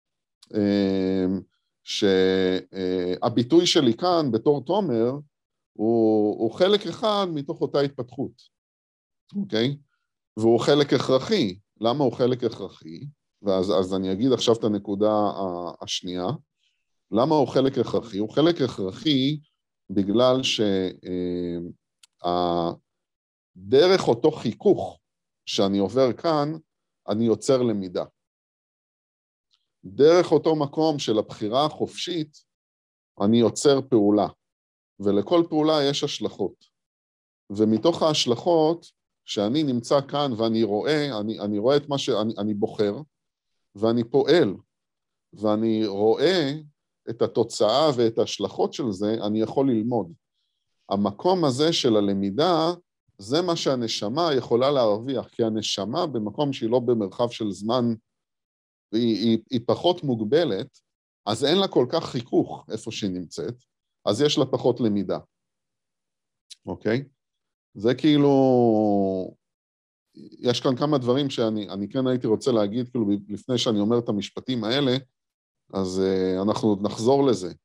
שהביטוי שלי כאן בתור תומר, הוא חלק אחד מתוך אותה התפתחות, אוקיי? והוא חלק הכרחי. למה הוא חלק הכרחי? אז אני אגיד עכשיו את הנקודה השנייה. למה הוא חלק הכרחי? הוא חלק הכרחי בגלל דרך אותו חיכוך שאני עובר כאן, אני יוצר למידה. דרך אותו מקום של הבחירה החופשית, אני יוצר פעולה, ולכל פעולה יש השלכות. ומתוך ההשלכות, שאני נמצא כאן ואני רואה את מה שאני בוחר, ואני פועל, ואני רואה את התוצאה ואת ההשלכות של זה, אני יכול ללמוד. המקום הזה של הלמידה, זה מה שהנשמה יכולה להרוויח, כי הנשמה במקום שהיא לא במרחב של זמן, היא פחות מוגבלת, אז אין לה כל כך חיכוך איפה שהיא נמצאת, אז יש לה פחות למידה. אוקיי? זה כאילו, יש כאן כמה דברים שאני כן הייתי רוצה להגיד, כאילו לפני שאני אומר את המשפטים האלה, אז אנחנו נחזור לזה.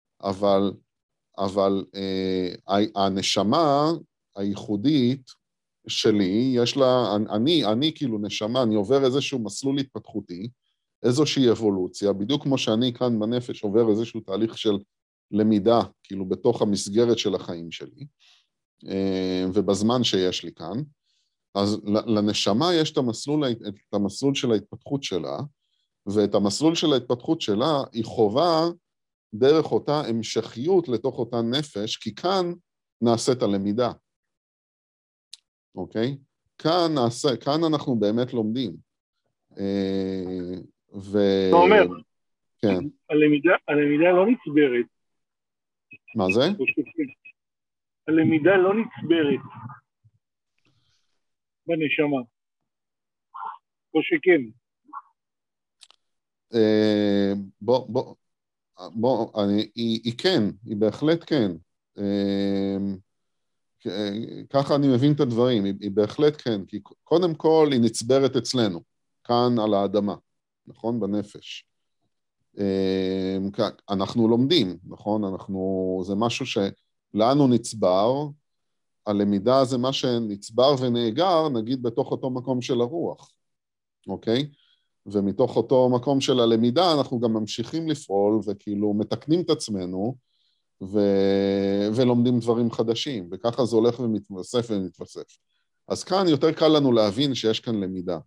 אבל הנשמה הייחודית שלי, יש לה, אני כאילו נשמה, אני עובר איזשהו מסלול התפתחותי, איזושהי אבולוציה, בדיוק כמו שאני כאן בנפש עובר איזשהו תהליך של למידה, כאילו בתוך המסגרת של החיים שלי, ובזמן שיש לי כאן, אז לנשמה יש את המסלול של ההתפתחות שלה, ואת המסלול של ההתפתחות שלה היא חובה דרך אותה המשכיות לתוך אותה נפש, כי כאן נעשית הלמידה. אוקיי? כאן אנחנו באמת לומדים. אתה אומר, כן. הלמידה לא נצברת. מה זה? הלמידה לא נצברת בנשמה. או שכן. היא כן, היא בהחלט כן. ככה אני מבין את הדברים, היא בהחלט כן, כי קודם כל היא נצברת אצלנו, כאן על האדמה, נכון? בנפש. אנחנו לומדים, נכון? זה משהו שלנו נצבר, הלמידה זה מה שנצבר ונאגר, נגיד בתוך אותו מקום של הרוח, אוקיי? ומתוך אותו מקום של הלמידה אנחנו גם ממשיכים לפעול וכאילו מתקנים את עצמנו ולומדים דברים חדשים, וככה זה הולך ומתווסף ומתווסף. אז כאן יותר קל לנו להבין שיש כאן למידה.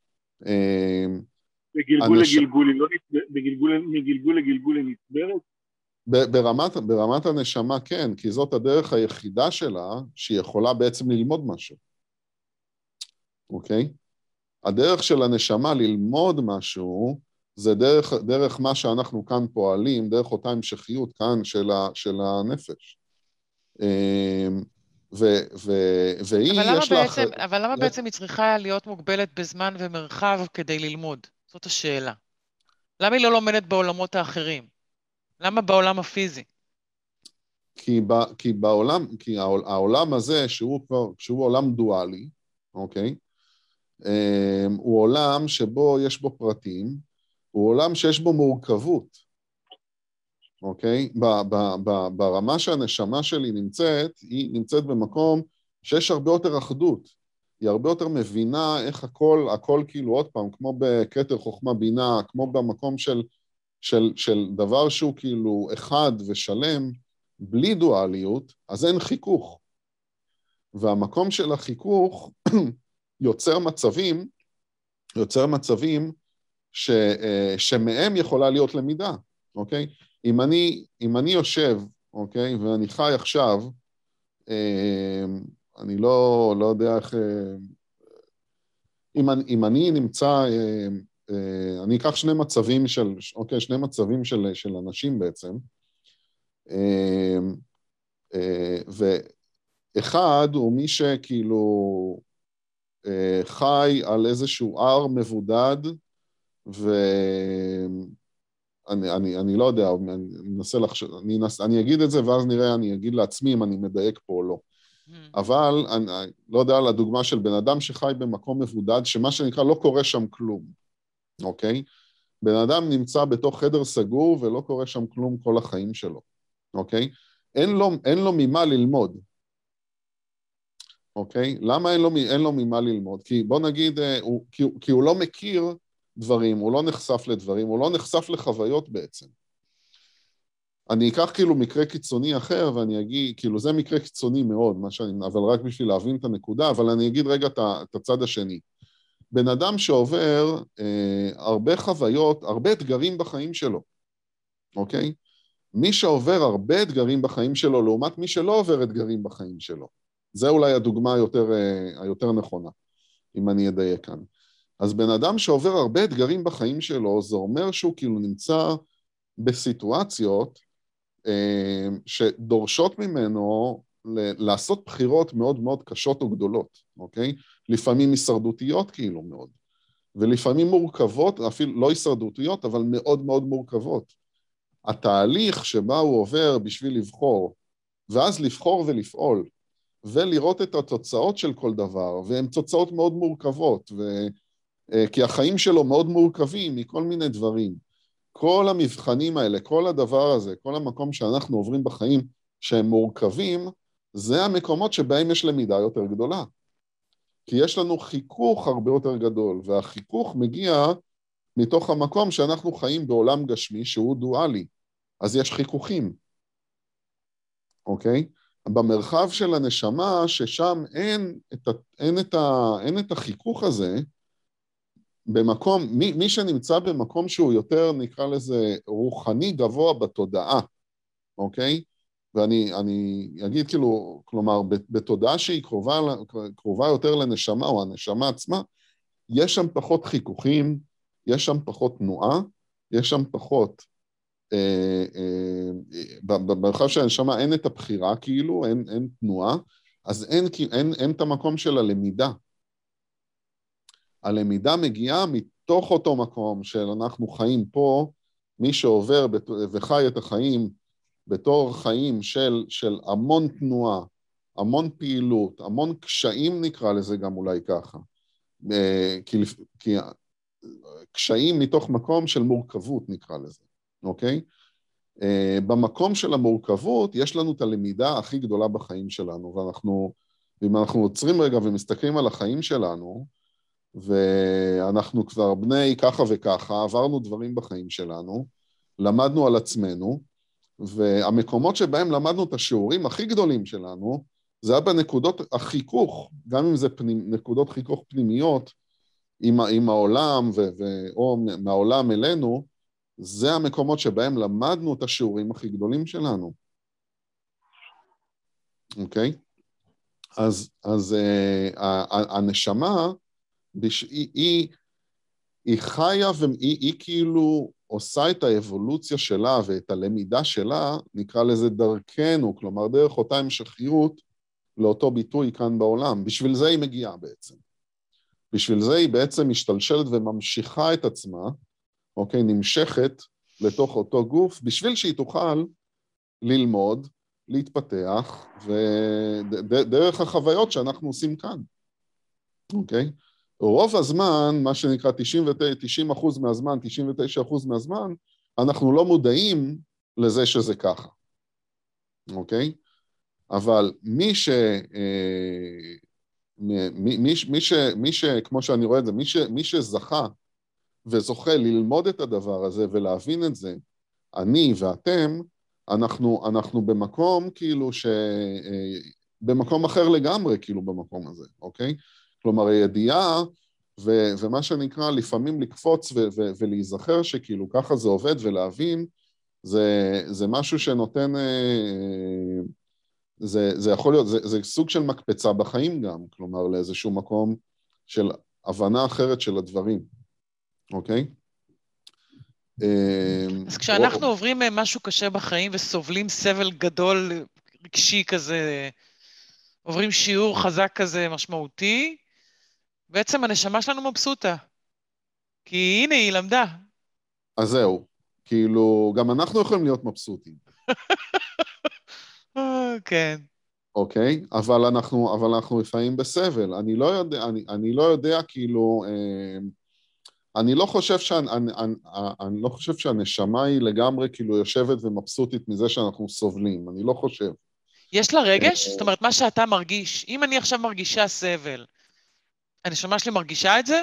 מגלגול לגלגול נצברת? ברמת הנשמה כן, כי זאת הדרך היחידה שלה שהיא יכולה בעצם ללמוד משהו. אוקיי? הדרך של הנשמה ללמוד משהו, זה דרך מה שאנחנו כאן פועלים, דרך אותה המשכיות כאן של הנפש. והיא יש לה... אבל למה בעצם היא צריכה להיות מוגבלת בזמן ומרחב כדי ללמוד? זאת השאלה. למה היא לא לומדת בעולמות האחרים? למה בעולם הפיזי? כי העולם הזה, שהוא עולם דואלי, אוקיי? הוא עולם שבו יש בו פרטים, הוא עולם שיש בו מורכבות, אוקיי? ברמה שהנשמה שלי נמצאת, היא נמצאת במקום שיש הרבה יותר אחדות. היא הרבה יותר מבינה איך הכל כאילו עוד פעם, כמו בכתר חוכמה בינה, כמו במקום של דבר שהוא כאילו אחד ושלם, בלי דואליות, אז אין חיכוך. והמקום של החיכוך יוצר מצבים שמהם יכולה להיות למידה, אוקיי? אם אני יושב, אוקיי, ואני חי עכשיו, אני לא יודע איך, אם אני נמצא, אני אקח שני מצבים של אנשים בעצם, ואחד הוא מי שכאילו חי על איזשהו הר מבודד, אני לא יודע, אני אגיד את זה ואז נראה, אני אגיד לעצמי אם אני מדייק פה או לא. אבל אני לא יודע על הדוגמה של בן אדם שחי במקום מבודד, שמה שנקרא לא קורה שם כלום, אוקיי? בן אדם נמצא בתוך חדר סגור ולא קורה שם כלום כל החיים שלו, אוקיי? אין לו ממה ללמוד, אוקיי? למה אין לו ממה ללמוד? כי בוא נגיד, כי הוא לא מכיר דברים, הוא לא נחשף לדברים, הוא לא נחשף לחוויות בעצם. אני אקח כאילו מקרה קיצוני אחר, ואני אגיד, כאילו זה מקרה קיצוני מאוד, אבל רק בשביל להבין את הנקודה, אבל אני אגיד רגע את הצד השני. בן אדם שעובר הרבה חוויות, הרבה אתגרים בחיים שלו, אוקיי? מי שעובר הרבה אתגרים בחיים שלו, לעומת מי שלא עובר אתגרים בחיים שלו. זה אולי הדוגמה היותר נכונה, אם אני אדייק כאן. אז בן אדם שעובר הרבה אתגרים בחיים שלו, זה אומר שהוא כאילו נמצא בסיטואציות שדורשות ממנו לעשות בחירות מאוד מאוד קשות או גדולות, אוקיי? לפעמים הישרדותיות כאילו מאוד, ולפעמים מורכבות, אפילו לא הישרדותיות, אבל מאוד מאוד מורכבות. התהליך שבה הוא עובר בשביל לבחור, ואז לבחור ולפעול, ולראות את התוצאות של כל דבר, והן תוצאות מאוד מורכבות, כי החיים שלו מאוד מורכבים מכל מיני דברים. כל המבחנים האלה, כל הדבר הזה, כל המקום שאנחנו עוברים בחיים שהם מורכבים, זה המקומות שבהם יש למידה יותר גדולה. כי יש לנו חיכוך הרבה יותר גדול, והחיכוך מגיע מתוך המקום שאנחנו חיים בעולם גשמי שהוא דואלי. אז יש חיכוכים, אוקיי? במרחב של הנשמה, ששם אין את החיכוך הזה, במקום, מי שנמצא במקום שהוא יותר, נקרא לזה, רוחני גבוה בתודעה, אוקיי? ואני אגיד כאילו, כלומר, בתודעה שהיא קרובה יותר לנשמה, או הנשמה עצמה, יש שם פחות חיכוכים, יש שם פחות תנועה, יש שם פחות, במרחב של הנשמה אין את הבחירה, כאילו, אין תנועה, אז אין את המקום של הלמידה. הלמידה מגיעה מתוך אותו מקום של אנחנו חיים פה, מי שעובר וחי את החיים בתור חיים של המון תנועה, המון פעילות, המון קשיים נקרא לזה גם אולי ככה, כי קשיים מתוך מקום של מורכבות נקרא לזה, אוקיי? במקום של המורכבות יש לנו את הלמידה הכי גדולה בחיים שלנו, ואם אנחנו עוצרים רגע ומסתכלים על החיים שלנו, ואנחנו כבר בני ככה וככה, עברנו דברים בחיים שלנו, למדנו על עצמנו, והמקומות שבהם למדנו את השיעורים הכי גדולים שלנו, זה היה בנקודות החיכוך, גם אם זה נקודות חיכוך פנימיות, עם העולם, או מהעולם אלינו, זה המקומות שבהם למדנו את השיעורים הכי גדולים שלנו. אוקיי? אז הנשמה, היא חיה והיא כאילו עושה את האבולוציה שלה ואת הלמידה שלה, נקרא לזה דרכנו, כלומר דרך אותה המשכיות לאותו ביטוי כאן בעולם. בשביל זה היא מגיעה בעצם. בשביל זה היא בעצם משתלשלת וממשיכה את עצמה, אוקיי, נמשכת לתוך אותו גוף, בשביל שהיא תוכל ללמוד, להתפתח, ודרך החוויות שאנחנו עושים כאן. אוקיי? רוב הזמן, מה שנקרא 90% מהזמן, 99% מהזמן, אנחנו לא מודעים לזה שזה ככה. אוקיי? אבל מי כמו שאני רואה את זה, מי שזכה וזוכה ללמוד את הדבר הזה ולהבין את זה, אני ואתם, אנחנו במקום כאילו במקום אחר לגמרי, כאילו במקום הזה, אוקיי? כלומר, הידיעה, ומה שנקרא, לפעמים לקפוץ ולהיזכר שכאילו ככה זה עובד ולהבין, זה משהו שנותן, זה יכול להיות, זה סוג של מקפצה בחיים גם, כלומר, לאיזשהו מקום של הבנה אחרת של הדברים, אוקיי? אז כשאנחנו עוברים משהו קשה בחיים וסובלים סבל גדול רגשי כזה, עוברים שיעור חזק כזה משמעותי, בעצם הנשמה שלנו מבסוטה. כי הנה היא למדה. אז זהו, כאילו, גם אנחנו יכולים להיות מבסוטים. כן. אוקיי? אבל אנחנו לפעמים בסבל. אני לא יודע כאילו, אני לא חושב שהנשמה היא לגמרי כאילו יושבת ומבסוטית מזה שאנחנו סובלים. אני לא חושב. יש לה רגש? זאת אומרת, מה שאתה מרגיש, אם אני עכשיו מרגישה סבל, הנשמה שלי מרגישה את זה?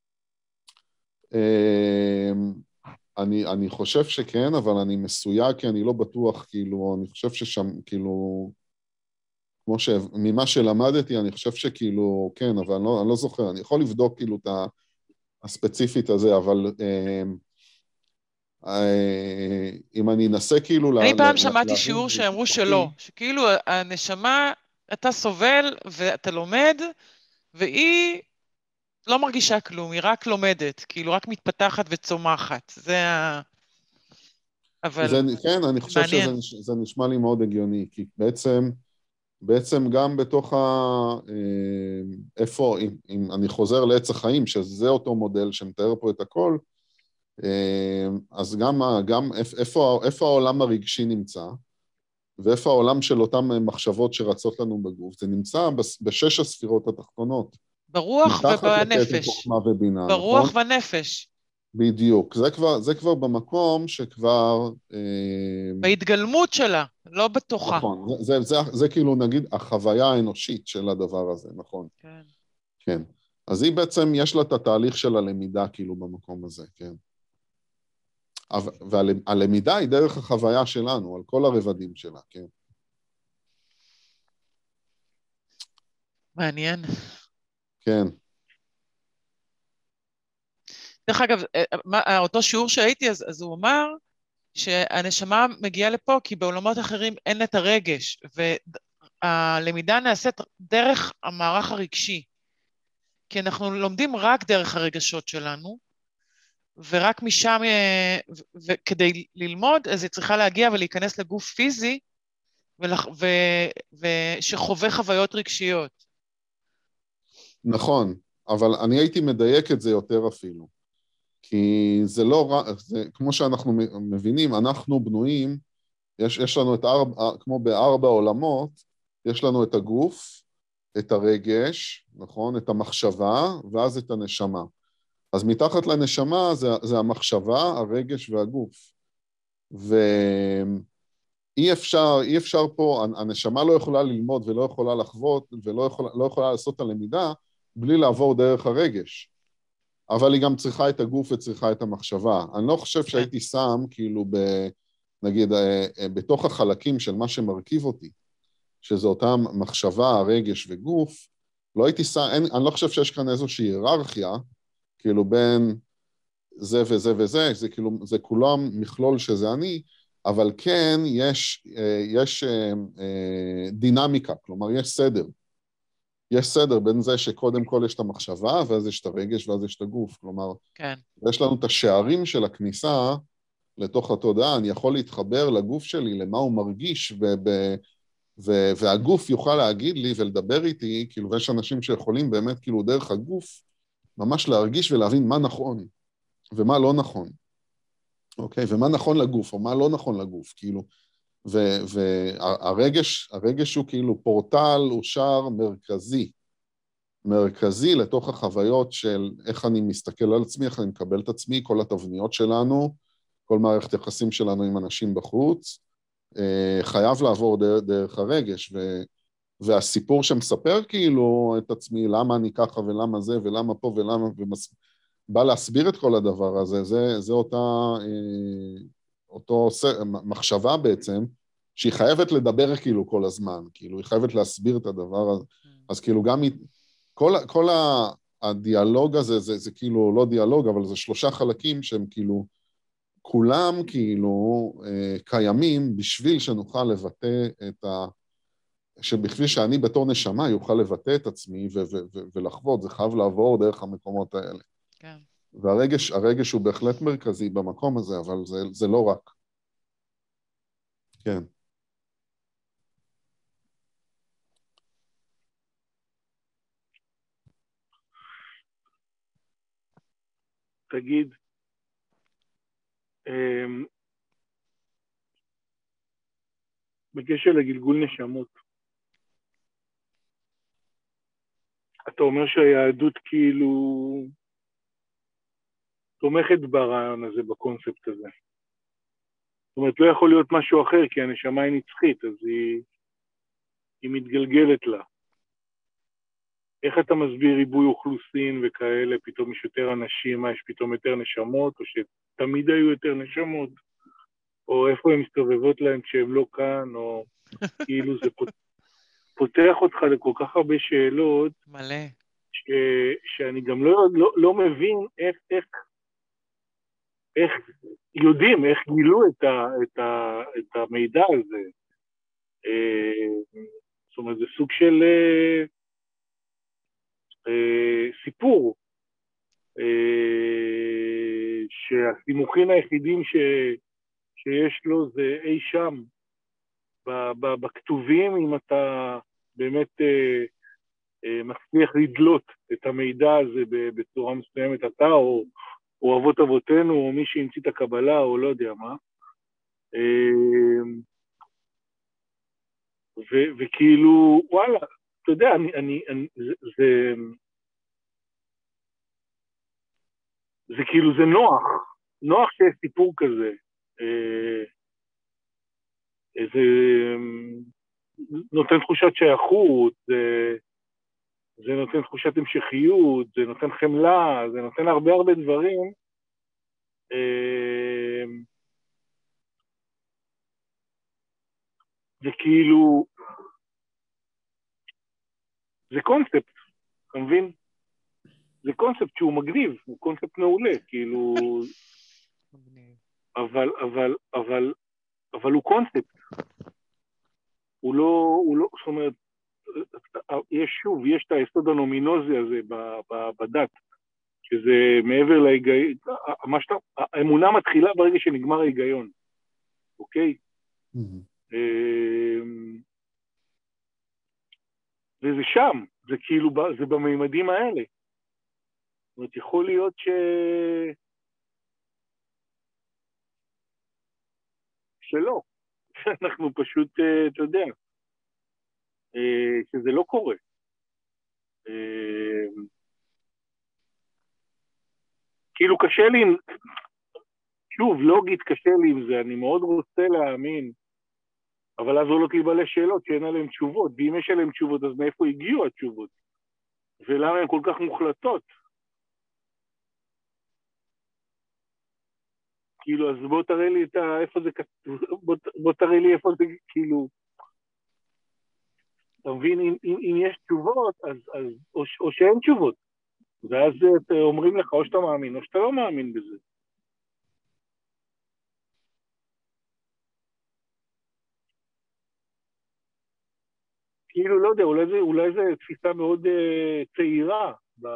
אני חושב שכן, אבל אני מסויג, כי אני לא בטוח, כאילו, אני חושב ששם, כאילו, ממה שלמדתי, אני חושב שכאילו, כן, אבל אני לא זוכר, אני יכול לבדוק כאילו את הספציפית הזה, אבל אם אני אנסה כאילו... אני פעם שמעתי שיעור שאמרו שלא, שכאילו הנשמה, אתה סובל ואתה לומד, והיא לא מרגישה כלום, היא רק לומדת, כאילו רק מתפתחת וצומחת, זה ה... אבל כן, אני חושב שזה נשמע לי מאוד הגיוני, כי בעצם גם בתוך איפה, אם אני חוזר לעץ החיים, שזה אותו מודל שמתאר פה את הכל, אז גם איפה העולם הרגשי נמצא, ואיפה העולם של אותם מחשבות שרצות לנו בגוף, זה נמצא בשש הספירות התחתונות. ברוח ובנפש. ברוח נכון? ונפש. בדיוק. זה כבר במקום שכבר... בהתגלמות שלה, לא בתוכה. נכון. זה כאילו נגיד החוויה האנושית של הדבר הזה, נכון? כן. כן. אז היא בעצם, יש לה את התהליך של הלמידה כאילו במקום הזה, כן. והלמידה היא דרך החוויה שלנו, על כל הרבדים שלה, כן. מעניין. כן. דרך אגב, אותו שיעור שהייתי, אז הוא אמר שהנשמה מגיעה לפה, כי בעולמות אחרים אין את הרגש, והלמידה נעשית דרך המערך הרגשי, כי אנחנו לומדים רק דרך הרגשות שלנו, ורק משם, וכדי ללמוד, אז היא צריכה להגיע ולהיכנס לגוף פיזי, שחווה חוויות רגשיות. נכון, אבל אני הייתי מדייק את זה יותר אפילו, כי זה לא רק, כמו שאנחנו מבינים, אנחנו בנויים, יש לנו כמו בארבע עולמות, יש לנו את הגוף, את הרגש, נכון? את המחשבה, ואז את הנשמה. אז מתחת לנשמה זה המחשבה, הרגש והגוף. ואי אפשר פה, הנשמה לא יכולה ללמוד ולא יכולה לחוות, ולא יכולה לעשות את הלמידה, בלי לעבור דרך הרגש. אבל היא גם צריכה את הגוף וצריכה את המחשבה. אני לא חושב שהייתי שם, כאילו, נגיד, בתוך החלקים של מה שמרכיב אותי, שזה אותם מחשבה, הרגש וגוף, לא הייתי שם, אני לא חושב שיש כאן איזושהי היררכיה, כאילו בין זה וזה וזה, זה כאילו, זה כולם מכלול שזה אני, אבל כן יש דינמיקה, כלומר יש סדר. יש סדר בין זה שקודם כל יש את המחשבה, ואז יש את הרגש, ואז יש את הגוף, כלומר, כן. יש לנו את השערים של הכניסה לתוך התודעה, אני יכול להתחבר לגוף שלי, למה הוא מרגיש, והגוף יוכל להגיד לי ולדבר איתי, כאילו, ויש אנשים שיכולים באמת, כאילו, דרך הגוף, ממש להרגיש ולהבין מה נכון, ומה לא נכון. אוקיי? ומה נכון לגוף, או מה לא נכון לגוף, כאילו. והרגש הוא כאילו פורטל, הוא שער מרכזי לתוך החוויות של איך אני מסתכל על עצמי, איך אני מקבל את עצמי, כל התבניות שלנו, כל מערכת יחסים שלנו עם אנשים בחוץ, חייב לעבור דרך הרגש, והסיפור שמספר כאילו את עצמי, למה אני ככה ולמה זה ולמה פה ולמה, בא להסביר את כל הדבר הזה, זה אותו מחשבה בעצם, שהיא חייבת לדבר כאילו כל הזמן, כאילו היא חייבת להסביר את הדבר הזה, אז כאילו גם כל הדיאלוג הזה, זה כאילו לא דיאלוג, אבל זה 3 חלקים שהם כאילו, כולם כאילו קיימים בשביל שנוכל לבטא את שבכביש שאני בתור נשמה יוכל לבטא את עצמי ולחוות, זה חייב לעבור דרך המקומות האלה. כן. והרגש הוא בהחלט מרכזי במקום הזה, אבל זה לא רק. כן. תגיד, בקשר לגלגול נשמות, אתה אומר שהיהדות כאילו תומכת ברעיון הזה, בקונספט הזה. זאת אומרת, לא יכול להיות משהו אחר, כי הנשמה היא נצחית, אז היא מתגלגלת לה. איך אתה מסביר ריבוי אוכלוסין וכאלה, פתאום יש יותר אנשים, יש פתאום יותר נשמות, או שתמיד היו יותר נשמות, או איפה הן מסתובבות להן כשהן לא כאן, או כאילו זה פותח אותך לכל כך הרבה שאלות, מלא. שאני גם לא מבין איך יודעים, איך גילו את המידע הזה. זאת אומרת, זה סוג של סיפור, שהסימוכין היחידים שיש לו זה אי שם, בכתובים, אם אתה באמת מצליח לדלות את המידע הזה בצורה מסוימת, אתה או אבות אבותינו, או מי שהמציא את הקבלה, או לא יודע מה. וכאילו, וואלה, אתה יודע, זה כאילו, זה נוח שיש סיפור כזה. זה נותן תחושת שייכות, זה נותן תחושת המשכיות, זה נותן חמלה, זה נותן הרבה דברים. זה כאילו, זה קונספט, אתה מבין? זה קונספט שהוא מגניב, הוא קונספט מעולה, כאילו, אבל הוא קונספט. הוא לא, זאת אומרת, יש את היסוד הנומינוזי הזה בדת, שזה מעבר להיגיון, האמונה מתחילה ברגע שנגמר ההיגיון, אוקיי? וזה שם, זה כאילו, זה בממדים האלה. זאת אומרת, יכול להיות שלא, שאנחנו פשוט, אתה יודע, שזה לא קורה. כאילו קשה לי, שוב, לוגית קשה לי עם זה, אני מאוד רוצה להאמין, אבל אז עולות לי מלא שאלות שאין עליהן תשובות, ואם יש עליהן תשובות, אז מאיפה הגיעו התשובות? ולמה הן כל כך מוחלטות? כאילו, אז בוא תראה לי איפה זה כתוב, בוא תראה לי איפה זה, כאילו, אתה מבין, אם יש תשובות, אז או שאין תשובות, ואז אומרים לך, או שאתה מאמין, או שאתה לא מאמין בזה. כאילו, לא יודע, אולי זה תפיסה מאוד צעירה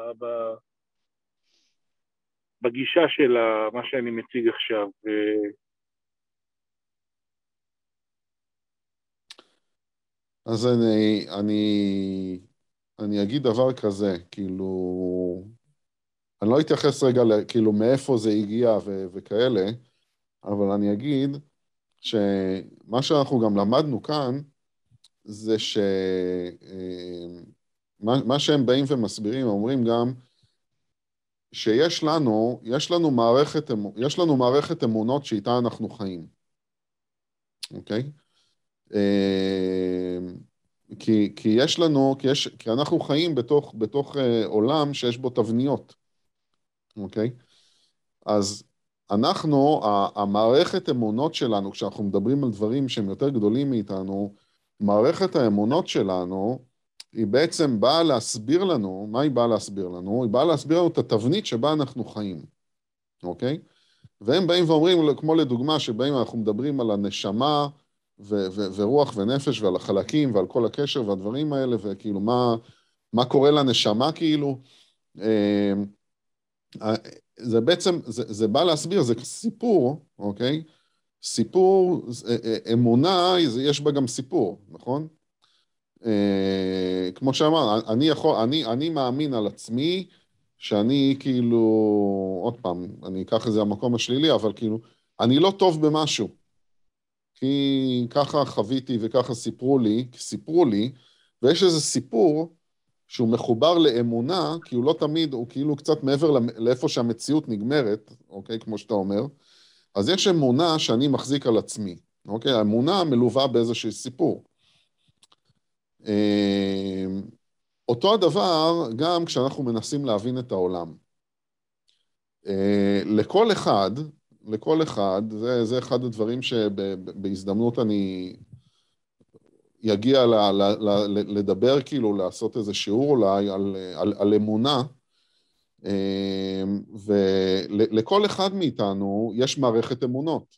בגישה של מה שאני מציג עכשיו. אז אני אגיד דבר כזה, כאילו, אני לא אתייחס רגע כאילו מאיפה זה הגיע וכאלה, אבל אני אגיד שמה שאנחנו גם למדנו כאן, זה מה שהם באים ומסבירים, אומרים גם שיש לנו מערכת אמונות שאיתה אנחנו חיים, אוקיי? כי יש לנו, כי אנחנו חיים בתוך עולם שיש בו תבניות, אוקיי? אז אנחנו, המערכת אמונות שלנו, כשאנחנו מדברים על דברים שהם יותר גדולים מאיתנו, מערכת האמונות שלנו, היא בעצם באה להסביר לנו, מה היא באה להסביר לנו? היא באה להסביר לנו את התבנית שבה אנחנו חיים, אוקיי? והם באים ואומרים, כמו לדוגמה, שבאים אנחנו מדברים על הנשמה, ורוח ונפש, ועל החלקים, ועל כל הקשר והדברים האלה, וכאילו מה קורה לנשמה כאילו, זה בעצם, זה בא להסביר, זה סיפור, אוקיי? סיפור, אמונה, יש בה גם סיפור, נכון? כמו שאמר, אני מאמין על עצמי, שאני כאילו, עוד פעם, אני אקח את זה המקום השלילי, אבל כאילו, אני לא טוב במשהו. כי ככה חוויתי וככה סיפרו לי, ויש איזה סיפור שהוא מחובר לאמונה, כי הוא לא תמיד, הוא כאילו קצת מעבר לאיפה שהמציאות נגמרת, אוקיי, כמו שאתה אומר, אז יש אמונה שאני מחזיק על עצמי, אוקיי? האמונה מלווה באיזשהו סיפור. אותו הדבר גם כשאנחנו מנסים להבין את העולם. לכל אחד, זה אחד הדברים שבהזדמנות אני יגיע לדבר, כאילו לעשות איזה שיעור אולי על אמונה, ולכל אחד מאיתנו יש מערכת אמונות.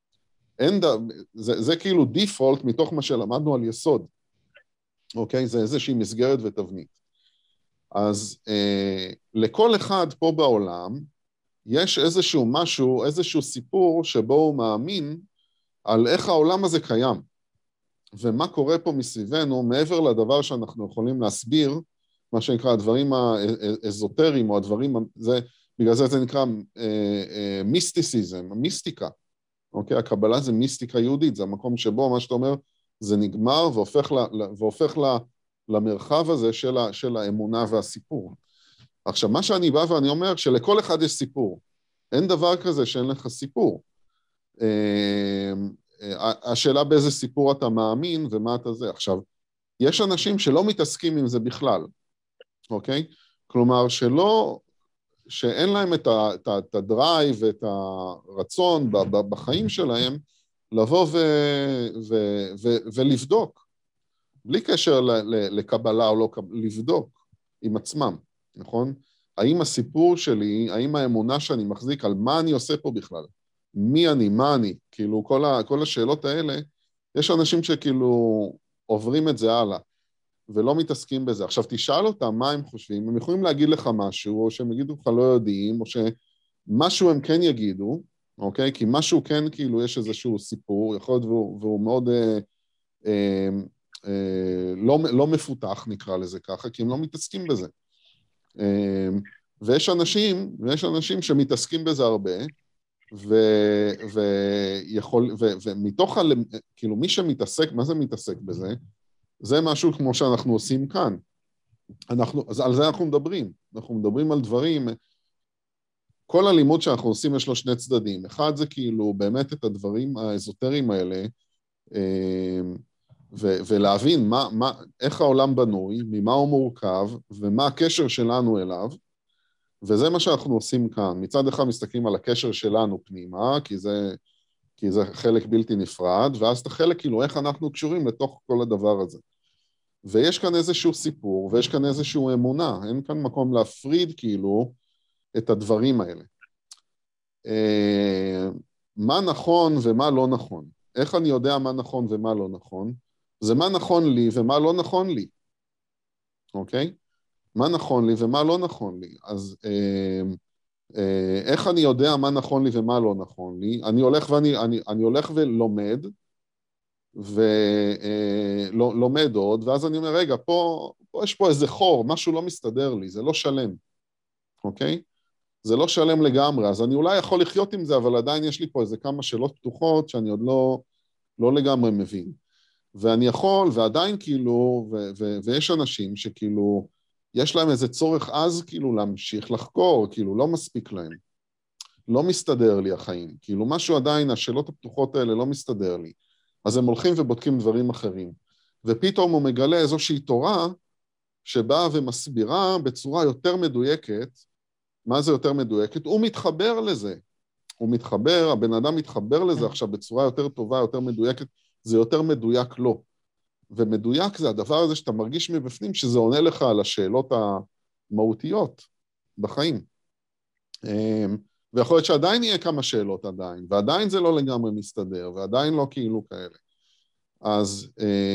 זה כאילו דיפולט מתוך מה שלמדנו על יסוד, אוקיי? זה איזושהי מסגרת ותבנית. אז לכל אחד פה בעולם יש איזשהו משהו, איזשהו סיפור שבו הוא מאמין על איך העולם הזה קיים, ומה קורה פה מסביבנו מעבר לדבר שאנחנו יכולים להסביר, מה שנקרא הדברים האזוטריים או הדברים, בגלל זה נקרא מיסטיסיזם, מיסטיקה, אוקיי? הקבלה זה מיסטיקה יהודית, זה המקום שבו מה שאתה אומר זה נגמר והופך למרחב הזה של האמונה והסיפור. עכשיו, מה שאני בא ואני אומר, שלכל אחד יש סיפור. אין דבר כזה שאין לך סיפור. השאלה באיזה סיפור אתה מאמין ומה אתה זה. עכשיו, יש אנשים שלא מתעסקים עם זה בכלל, אוקיי? כלומר, שאין להם את הדרייב ואת הרצון בחיים שלהם לבוא ולבדוק, בלי קשר לקבלה או לא קבלה, לבדוק עם עצמם, נכון? האם הסיפור שלי, האם האמונה שאני מחזיק על מה אני עושה פה בכלל? מי אני, מה אני? כאילו כל השאלות האלה, יש אנשים שכאילו עוברים את זה הלאה, ולא מתעסקים בזה. עכשיו תשאל אותם מה הם חושבים, הם יכולים להגיד לך משהו, או שהם יגידו לך לא יודעים, או שמשהו הם כן יגידו, אוקיי? כי משהו כן כאילו יש איזשהו סיפור, יכול להיות והוא מאוד לא מפותח נקרא לזה ככה, כי הם לא מתעסקים בזה. ויש אנשים שמתעסקים בזה הרבה, ומתוך, כאילו מי שמתעסק, מה זה מתעסק בזה? זה משהו כמו שאנחנו עושים כאן. אז על זה אנחנו מדברים על דברים, כל הלימוד שאנחנו עושים יש לו שני צדדים. אחד זה כאילו באמת את הדברים האזוטריים האלה, ולהבין איך העולם בנוי, ממה הוא מורכב, ומה הקשר שלנו אליו, וזה מה שאנחנו עושים כאן. מצד אחד מסתכלים על הקשר שלנו פנימה, כי זה חלק בלתי נפרד, ואז את החלק כאילו איך אנחנו קשורים לתוך כל הדבר הזה. ויש כאן איזשהו סיפור, ויש כאן איזשהו אמונה, אין כאן מקום להפריד כאילו את הדברים האלה. מה נכון ומה לא נכון? איך אני יודע מה נכון ומה לא נכון? זה מה נכון לי ומה לא נכון לי. אוקיי? מה נכון לי ומה לא נכון לי. אז איך אני יודע מה נכון לי ומה לא נכון לי? אני הולך ולומד, ולומד עוד, ואז אני אומר, רגע, פה יש פה איזה חור, משהו לא מסתדר לי, זה לא שלם. אוקיי? זה לא שלם לגמרי, אז אני אולי יכול לחיות עם זה, אבל עדיין יש לי פה איזה כמה שאלות פתוחות שאני עוד לא לגמרי מבין. ואני יכול, ועדיין כאילו, ויש אנשים שכאילו, יש להם איזה צורך אז כאילו להמשיך לחקור, כאילו לא מספיק להם. לא מסתדר לי החיים, כאילו משהו עדיין, השאלות הפתוחות האלה לא מסתדר לי. אז הם הולכים ובודקים דברים אחרים. ופתאום הוא מגלה איזושהי תורה שבאה ומסבירה בצורה יותר מדויקת. מה זה יותר מדויקת? הוא מתחבר לזה. הוא מתחבר, הבן אדם מתחבר לזה עכשיו בצורה יותר טובה, יותר מדויקת, זה יותר מדויק לו. ומדויק זה הדבר הזה שאתה מרגיש מבפנים, שזה עונה לך על השאלות המהותיות בחיים. ויכול להיות שעדיין יהיה כמה שאלות עדיין, ועדיין זה לא לגמרי מסתדר, ועדיין לא כאילו כאלה. אז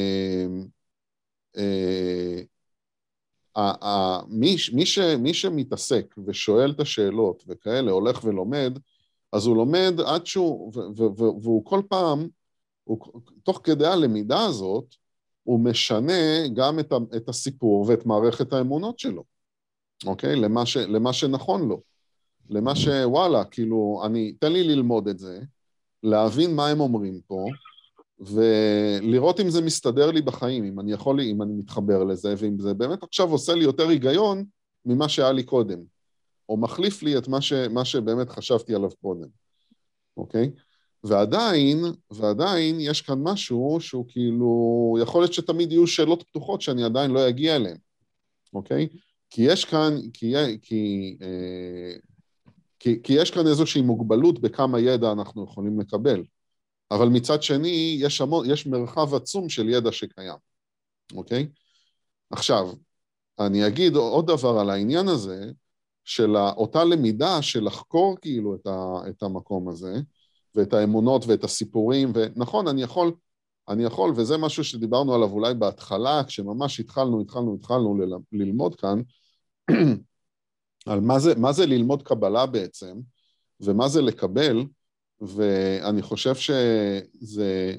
מי שמתעסק ושואל את השאלות וכאלה, הולך ולומד, אז הוא לומד עד שהוא, והוא כל פעם, תוך כדי הלמידה הזאת, הוא משנה גם את הסיפור ואת מערכת האמונות שלו, אוקיי? למה שנכון לו. למה שוואלה, כאילו, תן לי ללמוד את זה, להבין מה הם אומרים פה, ולראות אם זה מסתדר לי בחיים, אם אני מתחבר לזה, ואם זה באמת עכשיו עושה לי יותר היגיון ממה שהיה לי קודם, או מחליף לי את מה שבאמת חשבתי עליו קודם, אוקיי? ועדיין יש כאן משהו שהוא כאילו, יכול להיות שתמיד יהיו שאלות פתוחות שאני עדיין לא אגיע אליהן, אוקיי? כי יש כאן איזושהי מוגבלות בכמה ידע אנחנו יכולים לקבל, אבל מצד שני יש מרחב עצום של ידע שקיים, אוקיי? עכשיו, אני אגיד עוד דבר על העניין הזה, של אותה למידה של לחקור כאילו את המקום הזה, ואת האמונות ואת הסיפורים, ונכון, אני יכול, וזה משהו שדיברנו עליו אולי בהתחלה, כשממש התחלנו ללמוד כאן, על מה זה ללמוד קבלה בעצם, ומה זה לקבל, ואני חושב שזה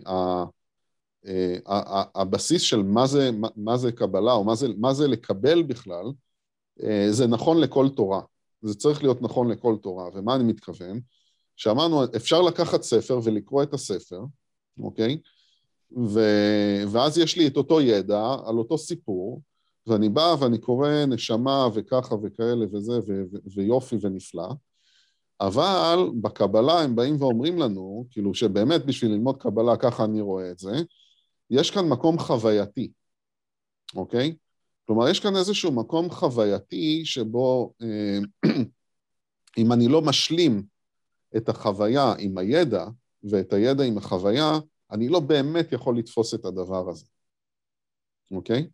הבסיס של מה זה קבלה, או מה זה לקבל בכלל, זה נכון לכל תורה. זה צריך להיות נכון לכל תורה. ומה אני מתכוון? שאמרנו, אפשר לקחת ספר ולקרוא את הספר, אוקיי? ואז יש לי את אותו ידע על אותו סיפור, ואני בא ואני קורא נשמה וככה וכאלה וזה, ויופי ונפלא, אבל בקבלה הם באים ואומרים לנו, כאילו שבאמת בשביל ללמוד קבלה, ככה אני רואה את זה, יש כאן מקום חווייתי, אוקיי? כלומר, יש כאן איזשהו מקום חווייתי שבו, אם אני לא משלים את החוויה עם הידע, ואת הידע עם החוויה, אני לא באמת יכול לתפוס את הדבר הזה, אוקיי?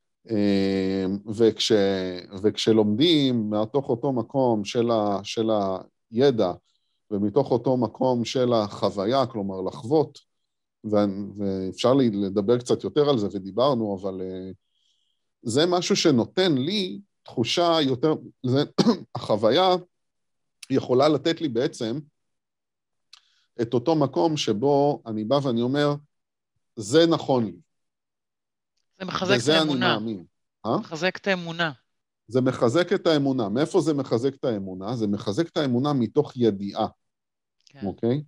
וכשלומדים מתוך אותו מקום של הידע, ומתוך אותו מקום של החוויה, כלומר לחוות, ואפשר לדבר קצת יותר על זה, ודיברנו, אבל זה משהו שנותן לי תחושה יותר, החוויה יכולה לתת לי בעצם את אותו מקום שבו אני בא ואני אומר, זה נכון לי. זה מחזק את האמונה. וזה אני מאמין. מחזק את האמונה. זה מחזק את האמונה. מאיפה זה מחזק את האמונה? זה מחזק את האמונה מתוך ידיעה. כן. אוקיי?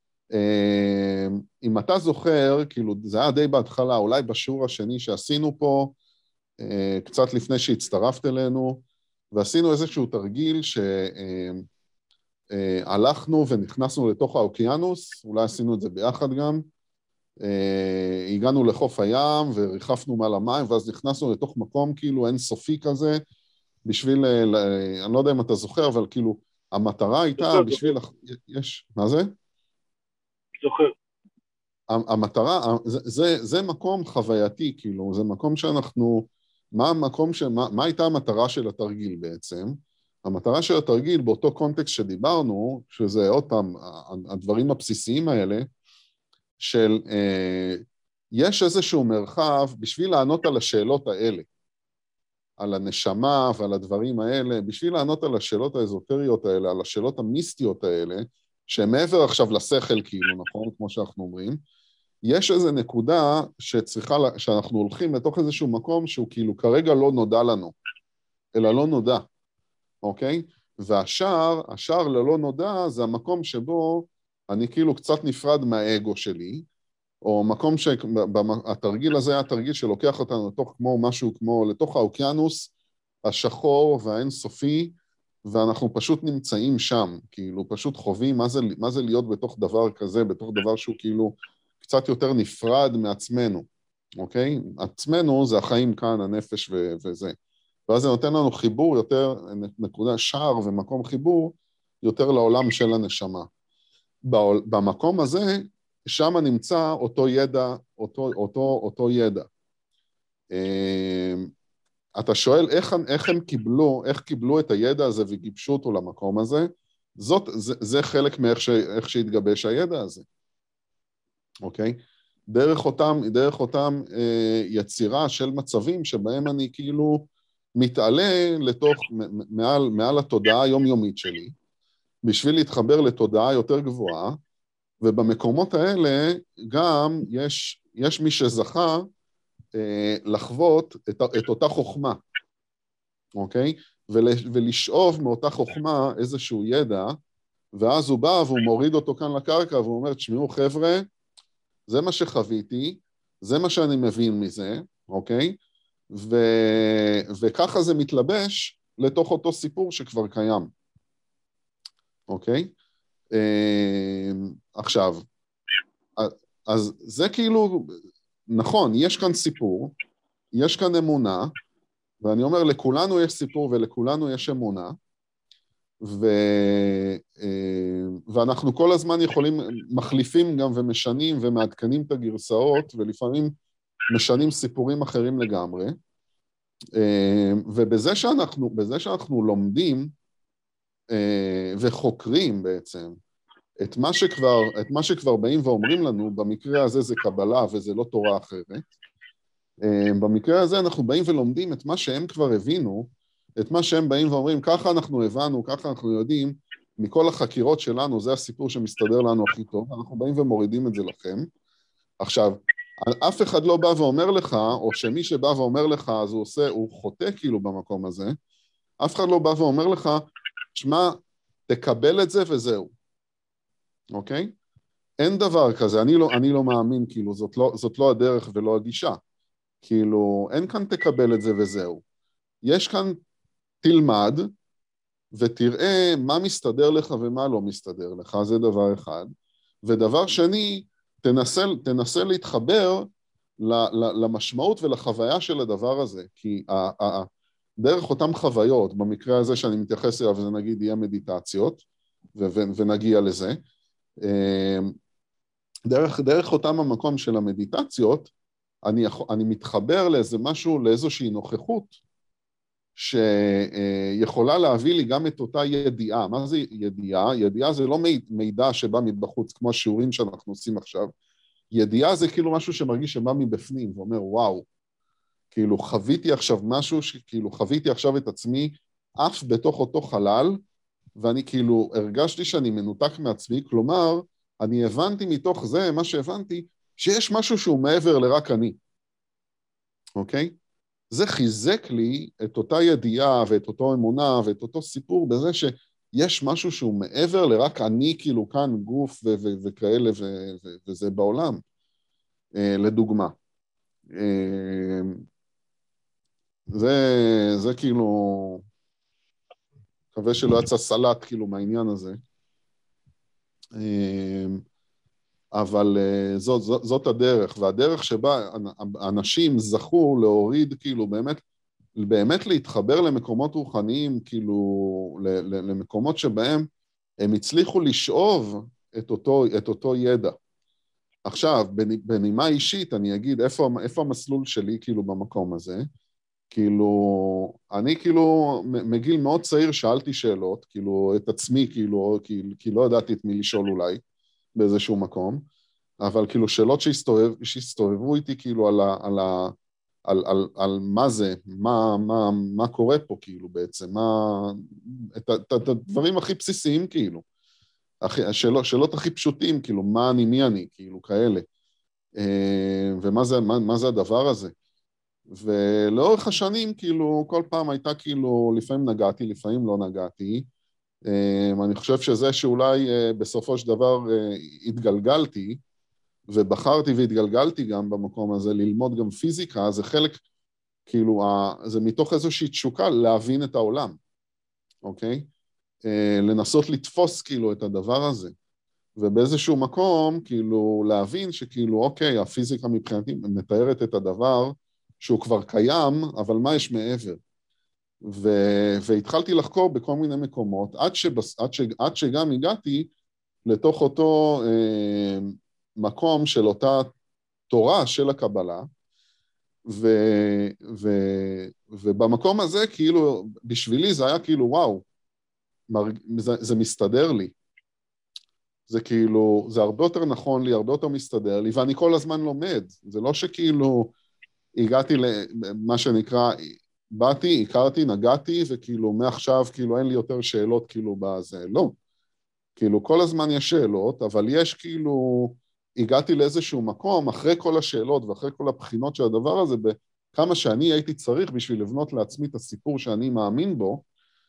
אם אתה זוכר, כאילו, זה היה די בהתחלה, אולי בשיעור השני שעשינו פה, קצת לפני שהצטרפת אלינו, ועשינו איזשהו תרגיל שהלכנו ונכנסנו לתוך האוקיינוס, אולי עשינו את זה ביחד גם, הגענו לחוף הים וריחפנו מעל המים, ואז נכנסנו לתוך מקום כאילו אינסופי כזה, בשביל, אני לא יודע אם אתה זוכר, אבל כאילו, המטרה הייתה בשביל, מה זה? זוכר. המטרה, זה מקום חווייתי, כאילו, זה מקום שאנחנו, מה הייתה המטרה של התרגיל בעצם? המטרה של התרגיל באותו קונטקסט שדיברנו, שזה עוד פעם, הדברים הבסיסיים האלה, של יש איזשהו מרחב בשביל לענות על השאלות האלה, על הנשמה ועל הדברים האלה, בשביל לענות על השאלות האזוטריות האלה, על השאלות המיסטיות האלה, שמעבר עכשיו לשכל כאילו, נכון? כמו שאנחנו אומרים, יש איזו נקודה שאנחנו הולכים לתוך איזשהו מקום שהוא כאילו כרגע לא נודע לנו, אלא לא נודע, אוקיי? והשער ללא נודע זה המקום שבו אני כאילו קצת נפרד מהאגו שלי, או מקום שהתרגיל הזה היה התרגיל שלוקח אותנו לתוך לתוך האוקיינוס השחור והאינסופי, ואנחנו פשוט נמצאים שם, כאילו פשוט חווים מה זה להיות בתוך דבר כזה, בתוך דבר שהוא כאילו קצת יותר נפרד מעצמנו, אוקיי? עצמנו זה החיים כאן, הנפש וזה. ואז זה נותן לנו חיבור יותר, נקודה שער ומקום חיבור, יותר לעולם של הנשמה. במקום הזה, שם נמצא אותו ידע, אותו ידע. אתה שואל איך קיבלו את הידע הזה וגיבשו אותו למקום הזה, זה חלק מאיך שהתגבש הידע הזה, אוקיי? דרך אותם יצירה של מצבים שבהם אני כאילו מתעלה לתוך, מעל התודעה היומיומית שלי, בשביל להתחבר לתודעה יותר גבוהה, ובמקומות האלה גם יש מי שזכה לחוות את אותה חוכמה, אוקיי? ולשאוב מאותה חוכמה איזשהו ידע, ואז הוא בא והוא מוריד אותו כאן לקרקע, והוא אומר, תשמעו חבר'ה, זה מה שחוויתי, זה מה שאני מבין מזה, אוקיי? וככה זה מתלבש לתוך אותו סיפור שכבר קיים, אוקיי? עכשיו, אז זה כאילו, נכון, יש כאן סיפור, יש כאן אמונה, ואני אומר, לכולנו יש סיפור ולכולנו יש אמונה, ואנחנו כל הזמן מחליפים גם ומשנים ומעדכנים את הגרסאות, ולפעמים משנים סיפורים אחרים לגמרי, ובזה שאנחנו לומדים וחוקרים בעצם את מה שכבר באים ואומרים לנו, במקרה הזה זה קבלה וזה לא תורה אחרת, במקרה הזה אנחנו באים ולומדים את מה שהם כבר הבינו, את מה שהם באים ואומרים, ככה אנחנו הבנו, ככה אנחנו יודעים, מכל החקירות שלנו, זה הסיפור שמסתדר לנו הכי טוב, אנחנו באים ומורידים את זה לכם. עכשיו, אף אחד לא בא ואומר לך, או שמי שבא ואומר לך, אז הוא חוטא כאילו במקום הזה, אף אחד לא בא ואומר לך, שמע, תקבל את זה וזהו. אוקיי? אין דבר כזה, אני לא מאמין, כאילו, זאת לא הדרך ולא הגישה. כאילו, אין כאן תקבל את זה וזהו. יש כאן תלמד, ותראה מה מסתדר לך ומה לא מסתדר לך, זה דבר אחד. ודבר שני, תנסה להתחבר למשמעות ולחוויה של הדבר הזה, כי דרך אותם חוויות, במקרה הזה שאני מתייחס אליו, זה נגיד יהיה מדיטציות, ונגיע לזה, דרך אותם המקום של המדיטציות, אני מתחבר לאיזושהי נוכחות, שיכולה להביא לי גם את אותה ידיעה. מה זה ידיעה? ידיעה זה לא מידע שבא מבחוץ, כמו השיעורים שאנחנו עושים עכשיו. ידיעה זה כאילו משהו שמרגיש שבא מבפנים, ואומר, וואו, כאילו חוויתי עכשיו משהו, כאילו חוויתי עכשיו את עצמי, אף בתוך אותו חלל, ואני כאילו הרגשתי שאני מנותק מעצמי, כלומר, אני הבנתי מתוך זה, מה שהבנתי, שיש משהו שהוא מעבר לרק אני. אוקיי? זה חיזק לי את אותה ידיעה ואת אותו אמונה ואת אותו סיפור בזה שיש משהו שהוא מעבר לרק אני כאילו כאן גוף וכאלה וזה בעולם, לדוגמה. זה כאילו, מקווה שלא יצא סלט כאילו מהעניין הזה. אבל זאת הדרך, והדרך שבה אנשים זכו להוריד, כאילו באמת להתחבר למקומות רוחניים, כאילו למקומות שבהם הם הצליחו לשאוב את אותו ידע. עכשיו, בנימה אישית אני אגיד איפה המסלול שלי כאילו במקום הזה, כאילו, אני כאילו מגיל מאוד צעיר שאלתי שאלות, כאילו את עצמי כאילו, כי לא ידעתי את מי לשאול אולי, באיזשהו מקום, אבל כאילו שאלות שהסתובבו איתי כאילו על מה זה, מה קורה פה כאילו בעצם, את הדברים הכי בסיסיים כאילו, השאלות הכי פשוטים כאילו, מה אני, מי אני, כאילו כאלה, ומה זה הדבר הזה. ולאורך השנים כאילו כל פעם הייתה כאילו, לפעמים נגעתי, לפעמים לא נגעתי, אני חושב שזה שאולי בסופו של דבר התגלגלתי, ובחרתי והתגלגלתי גם במקום הזה, ללמוד גם פיזיקה, זה חלק, כאילו, זה מתוך איזושהי תשוקה להבין את העולם, אוקיי? לנסות לתפוס כאילו את הדבר הזה. ובאיזשהו מקום, כאילו, להבין שכאילו, אוקיי, הפיזיקה מבחינתי מתארת את הדבר שהוא כבר קיים, אבל מה יש מעבר? והתחלתי לחקור בכל מיני מקומות, עד שגם הגעתי לתוך אותו מקום של אותה תורה של הקבלה, ובמקום הזה, כאילו, בשבילי זה היה כאילו, וואו, זה מסתדר לי. זה כאילו, זה הרבה יותר נכון לי, הרבה יותר מסתדר לי, ואני כל הזמן לומד. זה לא שכאילו הגעתי למה שנקרא, באתי, הכרתי, נגעתי, וכאילו מעכשיו כאילו אין לי יותר שאלות כאילו בזה. לא. כאילו כל הזמן יש שאלות, אבל יש כאילו, הגעתי לאיזשהו מקום, אחרי כל השאלות ואחרי כל הבחינות של הדבר הזה, בכמה שאני הייתי צריך בשביל לבנות לעצמי את הסיפור שאני מאמין בו,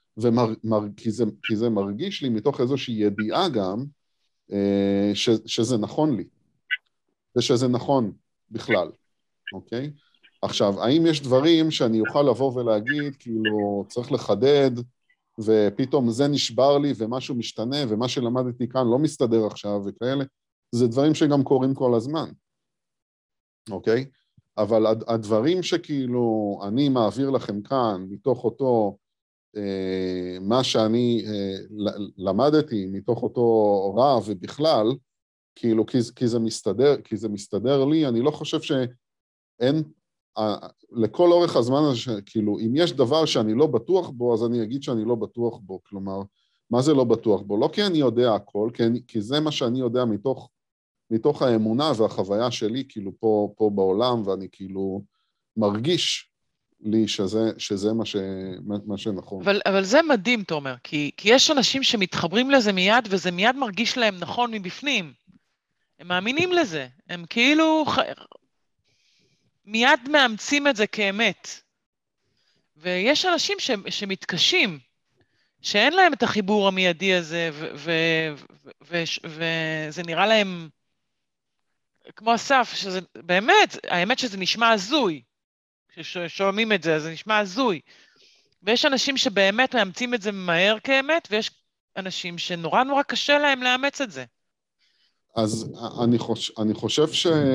כי זה מרגיש לי מתוך איזושהי ידיעה גם, שזה נכון לי, ושזה נכון בכלל, אוקיי? עכשיו, האם יש דברים שאני אוכל לבוא ולהגיד, כאילו, צריך לחדד, ופתאום זה נשבר לי, ומשהו משתנה, ומה שלמדתי כאן לא מסתדר עכשיו, וכאלה, זה דברים שגם קורים כל הזמן, אוקיי? אבל הדברים שכאילו אני מעביר לכם כאן, מתוך אותו, מה שאני למדתי, מתוך אותו רב ובכלל, כאילו, כי זה מסתדר לי, אני לא חושב שאין, לכל אורך הזמן הזה, כאילו, אם יש דבר שאני לא בטוח בו, אז אני אגיד שאני לא בטוח בו, כלומר, מה זה לא בטוח בו? לא כי אני יודע הכל, כי זה מה שאני יודע מתוך האמונה והחוויה שלי, כאילו, פה בעולם, ואני כאילו מרגיש לי שזה מה שנכון. אבל זה מדהים, תומר, כי יש אנשים שמתחברים לזה מיד, וזה מיד מרגיש להם נכון מבפנים. הם מאמינים לזה, הם כאילו מיד מאמצים את זה כאמת. ויש אנשים שמתקשים, שאין להם את החיבור המיידי הזה, וזה נראה להם כמו אסף, שזה באמת, האמת שזה נשמע הזוי. כששומעים את זה, אז זה נשמע הזוי. ויש אנשים שבאמת מאמצים את זה מהר כאמת, ויש אנשים שנורא נורא קשה להם לאמץ את זה. אז אני חושב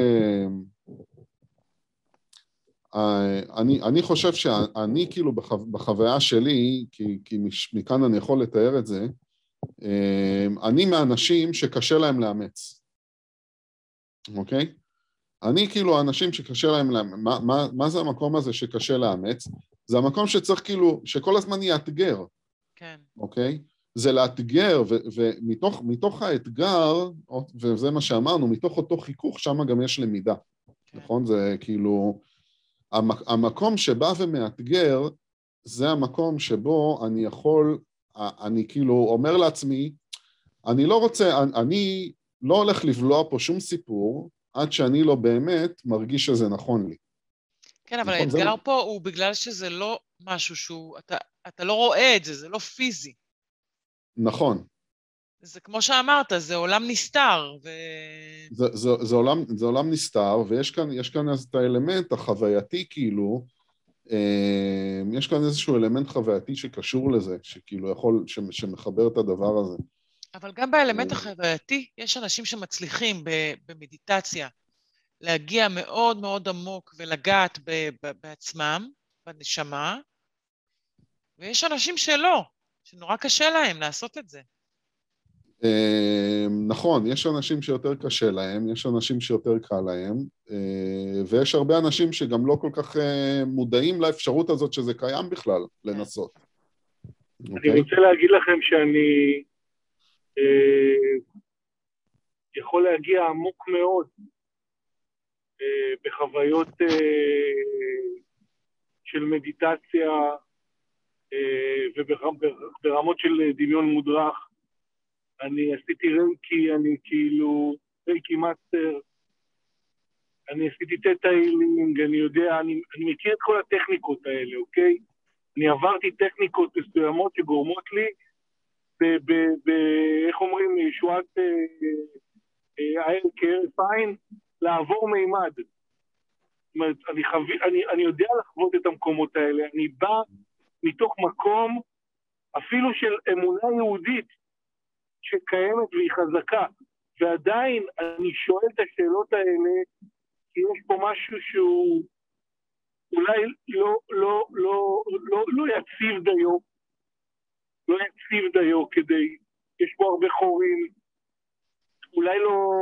אני חושב שאני כאילו בחוויה שלי, כי מכאן אני יכול לתאר את זה, אני מהאנשים שקשה להם לאמץ. אוקיי? אני כאילו האנשים שקשה להם לאמץ. מה זה המקום הזה שקשה לאמץ? זה המקום שצריך כאילו, שכל הזמן יאתגר. כן. אוקיי? זה לאתגר, ומתוך האתגר, וזה מה שאמרנו, מתוך אותו חיכוך, שם גם יש למידה. כן. נכון? זה כאילו, המקום שבא ומאתגר, זה המקום שבו אני יכול, אני כאילו אומר לעצמי, אני לא הולך לבלוע פה שום סיפור, עד שאני לא באמת מרגיש שזה נכון לי. כן, אבל האתגר פה הוא בגלל שזה לא משהו שהוא, אתה לא רואה את זה, זה לא פיזי. נכון. זה כמו שאמרת, זה עולם נסתר. זה עולם נסתר, ויש כאן את האלמנט החווייתי כאילו, יש כאן איזשהו אלמנט חווייתי שקשור לזה, שכאילו יכול, שמחבר את הדבר הזה. אבל גם באלמנט החווייתי, יש אנשים שמצליחים במדיטציה, להגיע מאוד מאוד עמוק ולגעת בעצמם, בנשמה, ויש אנשים שלא, שנורא קשה להם לעשות את זה. נכון, יש אנשים שיותר קשה להם, יש אנשים שיותר קל להם, ויש הרבה אנשים שגם לא כל כך מודעים לאפשרות הזאת שזה קיים בכלל, לנסות. אני רוצה להגיד לכם שאני יכול להגיע עמוק מאוד בחוויות של מדיטציה וברמות של דמיון מודרך. אני עשיתי רייקי, אני כאילו רייקי מאסטר, אני עשיתי תטא הילינג, אני יודע, אני מכיר את כל הטכניקות האלה, אוקיי? אני עברתי טכניקות מסוימות שגורמות לי, איך אומרים, ישועת כהרף עין, לעבור מימד. זאת אומרת, אני יודע לחוות את המקומות האלה, אני בא מתוך מקום אפילו של אמונה יהודית שקיימת והיא חזקה. ועדיין אני שואל את השאלות האלה, כי יש פה משהו שהוא אולי לא יציב דיו, לא יציב דיו כדי, יש פה הרבה חורים, אולי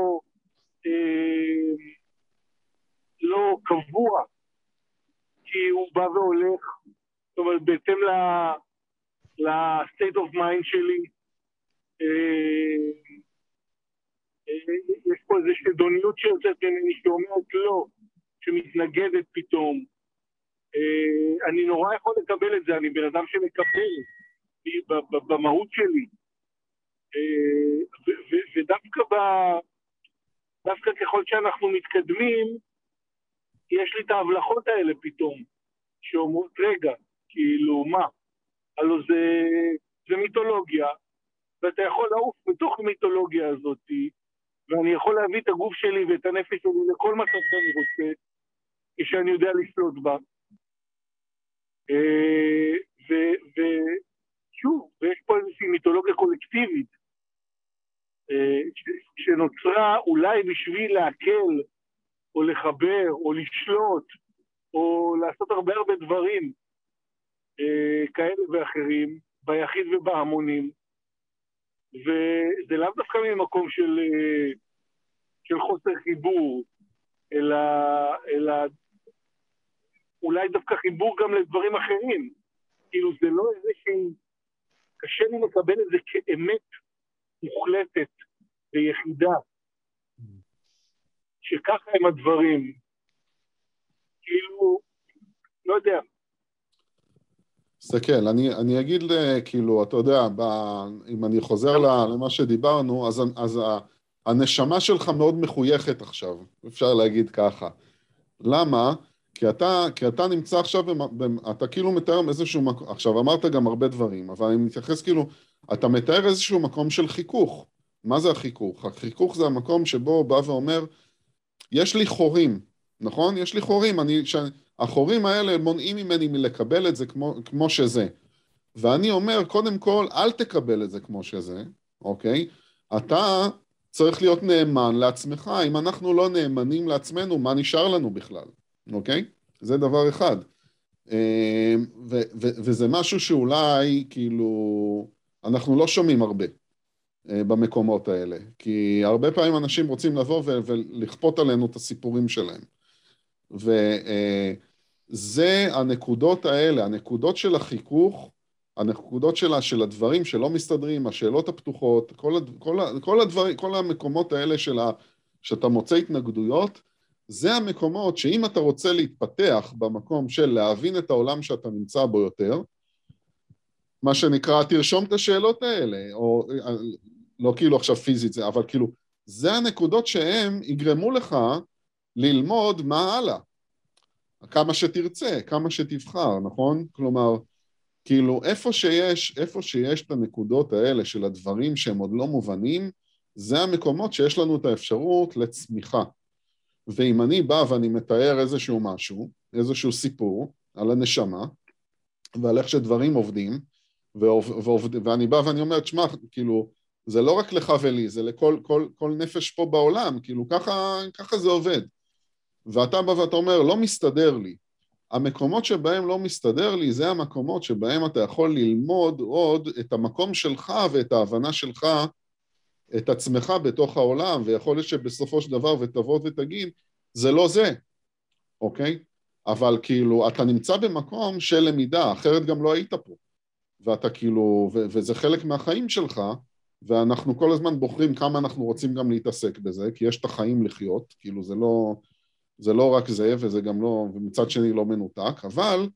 לא קבוע, כי הוא בא והולך, זאת אומרת, בהתאם ל-state of mind שלי, יש פה איזו שדוניות שיוצאת ממני שאומרת לא, שמתנגדת פתאום. אני נורא יכול לקבל את זה, אני בן אדם שמקבל במהות שלי. ודווקא ככל שאנחנו מתקדמים, יש לי את ההבלחות האלה פתאום, שאומרות רגע, כאילו מה? הלוא זה מיתולוגיה, ואתה יכול לעוף בתוך המיתולוגיה הזאת, ואני יכול להביא את הגוף שלי ואת הנפש שלי לכל מצב שאני רוצה, כשאני יודע לשלוט בה. ושוב, ויש פה איזושהי מיתולוגיה קולקטיבית, שנוצרה אולי בשביל להקל, או לחבר, או לשלוט, או לעשות הרבה דברים כאלה ואחרים, ביחיד ובהמונים, וזה לאו דווקא ממקום של חוסר חיבור, אלא אולי דווקא חיבור גם לדברים אחרים. כאילו זה לא איזה קשה לי לקבל את זה כאמת מוחלטת ויחידה, שככה הם הדברים. כאילו, לא יודע. סתכל, אני אגיד, כאילו, אתה יודע, אם אני חוזר למה שדיברנו, אז הנשמה שלך מאוד מחויכת עכשיו, אפשר להגיד ככה. למה? כי אתה נמצא עכשיו, אתה כאילו מתאר איזשהו מקום, עכשיו אמרת גם הרבה דברים, אבל אני מתייחס כאילו, אתה מתאר איזשהו מקום של חיכוך. מה זה החיכוך? החיכוך זה המקום שבו בא ואומר, יש לי חורים, נכון? יש לי חורים, החורים האלה מונעים ממני מלקבל את זה כמו שזה. ואני אומר, קודם כל, אל תקבל את זה כמו שזה, אוקיי? אתה צריך להיות נאמן לעצמך. אם אנחנו לא נאמנים לעצמנו, מה נשאר לנו בכלל? אוקיי? זה דבר אחד. וזה משהו שאולי, כאילו, אנחנו לא שומעים הרבה במקומות האלה. כי הרבה פעמים אנשים רוצים לבוא ולכפות עלינו את הסיפורים שלהם. וזה הנקודות האלה, הנקודות של החיכוך, הנקודות של הדברים שלא מסתדרים, השאלות הפתוחות, כל הדברים, כל המקומות האלה שאתה מוצא התנגדויות, זה המקומות שאם אתה רוצה להתפתח במקום של להבין את העולם שאתה נמצא בו יותר, מה שנקרא, תרשום את השאלות האלה, או לא כאילו עכשיו פיזית זה, אבל כאילו, זה הנקודות שהם יגרמו לך ללמוד מה הלאה. כמה שתרצה, כמה שתבחר, נכון? כלומר, כאילו, איפה שיש את הנקודות האלה של הדברים שהם עוד לא מובנים, זה המקומות שיש לנו את האפשרות לצמיחה. ואם אני בא ואני מתאר איזשהו משהו, איזשהו סיפור על הנשמה, ועל איך שדברים עובדים, ואני בא ואני אומר, תשמע, כאילו, זה לא רק לך ולי, זה לכל נפש פה בעולם, כאילו, ככה זה עובד. ואתה בא ואתה אומר, לא מסתדר לי. המקומות שבהם לא מסתדר לי, זה המקומות שבהם אתה יכול ללמוד עוד את המקום שלך ואת ההבנה שלך, את עצמך בתוך העולם, ויכול להיות שבסופו של דבר ותבוא ותגיד, זה לא זה, אוקיי? אבל כאילו, אתה נמצא במקום של למידה, אחרת גם לא היית פה. ואתה כאילו, וזה חלק מהחיים שלך, ואנחנו כל הזמן בוחרים כמה אנחנו רוצים גם להתעסק בזה, כי יש את החיים לחיות, כאילו זה לא רק זה, וזה גם לא, ומצד שני לא מנותק, אבל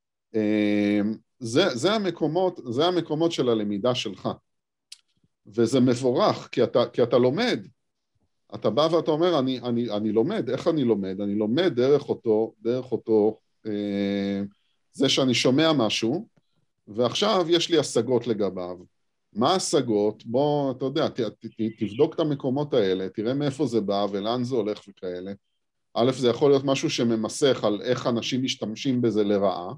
זה המקומות של הלמידה שלך. וזה מבורך, כי אתה לומד. אתה בא ואתה אומר, אני לומד. איך אני לומד? אני לומד דרך אותו, זה שאני שומע משהו, ועכשיו יש לי השגות לגביו. מה ההשגות? בוא, אתה יודע, תבדוק את המקומות האלה, תראה מאיפה זה בא ולאן זה הולך וכאלה. א', זה יכול להיות משהו שממסך על איך אנשים משתמשים בזה לרעה,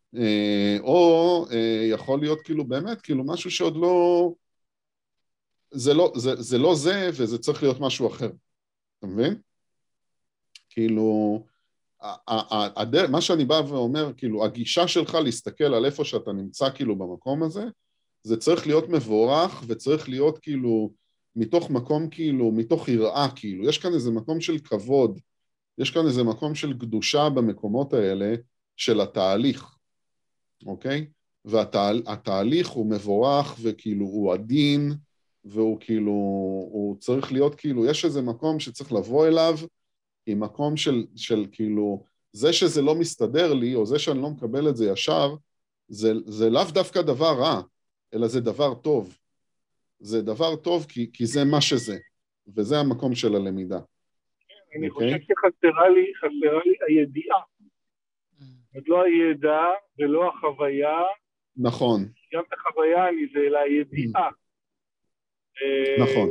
או יכול להיות כאילו באמת, כאילו משהו שעוד לא, זה לא זה, וזה צריך להיות משהו אחר. אתה מבין? כאילו, מה שאני בא ואומר, כאילו, הגישה שלך להסתכל על איפה שאתה נמצא, כאילו, במקום הזה, זה צריך להיות מבורך, וצריך להיות, כאילו, מתוך מקום, כאילו, מתוך יראה, כאילו. יש כאן איזה מקום של כבוד, יש כאן איזה מקום של קדושה במקומות האלה, של התהליך, אוקיי? והתהליך הוא מבורך, וכאילו, הוא עדין, והוא כאילו, הוא צריך להיות, כאילו, יש איזה מקום שצריך לבוא אליו, עם מקום של כאילו, זה שזה לא מסתדר לי, או זה שאני לא מקבל את זה ישר, זה לאו דווקא דבר רע, אלא זה דבר טוב. זה דבר טוב כי זה מה שזה, וזה המקום של הלמידה. אני חושב שחסרה לי הידיעה. עוד לא הידע ולא החוויה. נכון. גם את החוויה אני זה, אלא הידיעה. נכון.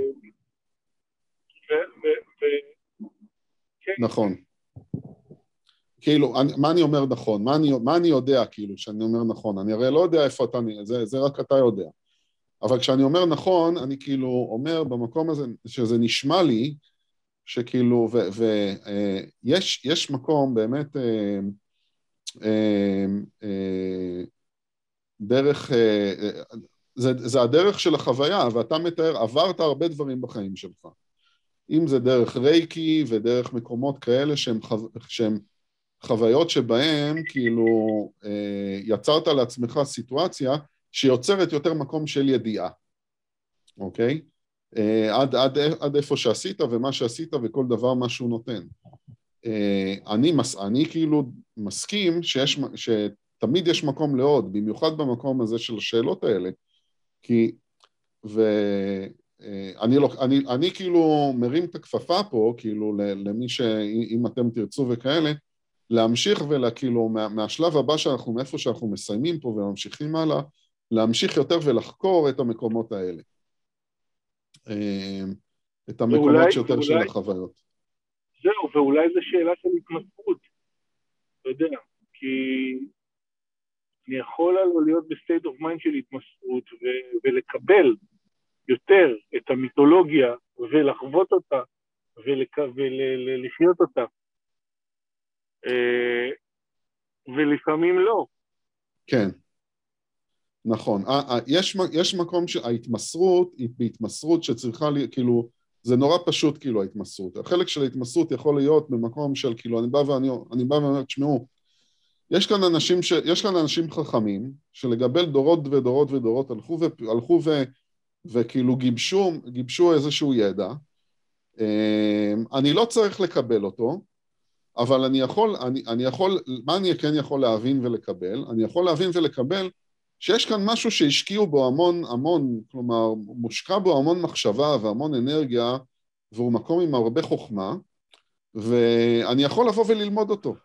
נכון. כאילו, מה אני אומר נכון? מה אני יודע, כאילו, שאני אומר נכון? אני הרי לא יודע איפה אתה, זה רק אתה יודע. אבל כשאני אומר נכון, אני כאילו אומר במקום הזה, שזה נשמע לי, שכאילו, ויש מקום באמת, דרך, זה הדרך של החוויה, ואתה מתאר, עברת הרבה דברים בחיים שלך. אם זה דרך רייקי ודרך מקומות כאלה שהם חוויות שבהם כאילו יצרת לעצמך סיטואציה שיוצרת יותר מקום של ידיעה, אוקיי? עד איפה שעשית ומה שעשית וכל דבר מה שהוא נותן. אני כאילו מסכים שתמיד יש מקום לעוד, במיוחד במקום הזה של השאלות האלה, כי אני כאילו מרים את הכפפה פה, כאילו למי שאם אתם תרצו וכאלה, להמשיך וכאילו מהשלב הבא שאנחנו, מאיפה שאנחנו מסיימים פה וממשיכים הלאה, להמשיך יותר ולחקור את המקומות האלה. את המקומות שיותר של החוויות. זהו, ואולי זו שאלה של התמסרות, אתה יודע, כי אני יכול להיות בסטייט אוף מיינד של התמסרות ולקבל יותר את המיתולוגיה ולחוות אותה ולחיות אותה. ולפעמים לא. כן, נכון. יש מקום שההתמסרות היא בהתמסרות שצריכה, כאילו, זה נורא פשוט כאילו ההתמסרות. החלק של ההתמסרות יכול להיות במקום של כאילו, אני בא ואומר, תשמעו, יש כאן אנשים חכמים שלגבל דורות ודורות ודורות הלכו וכאילו גיבשו איזשהו ידע. אני לא צריך לקבל אותו, אבל אני יכול, מה אני כן יכול להבין ולקבל? אני יכול להבין ולקבל שיש כאן משהו שהשקיעו בו המון, כלומר, מושקע בו המון מחשבה והמון אנרגיה, והוא מקום עם הרבה חוכמה, ואני יכול לבוא וללמוד אותו.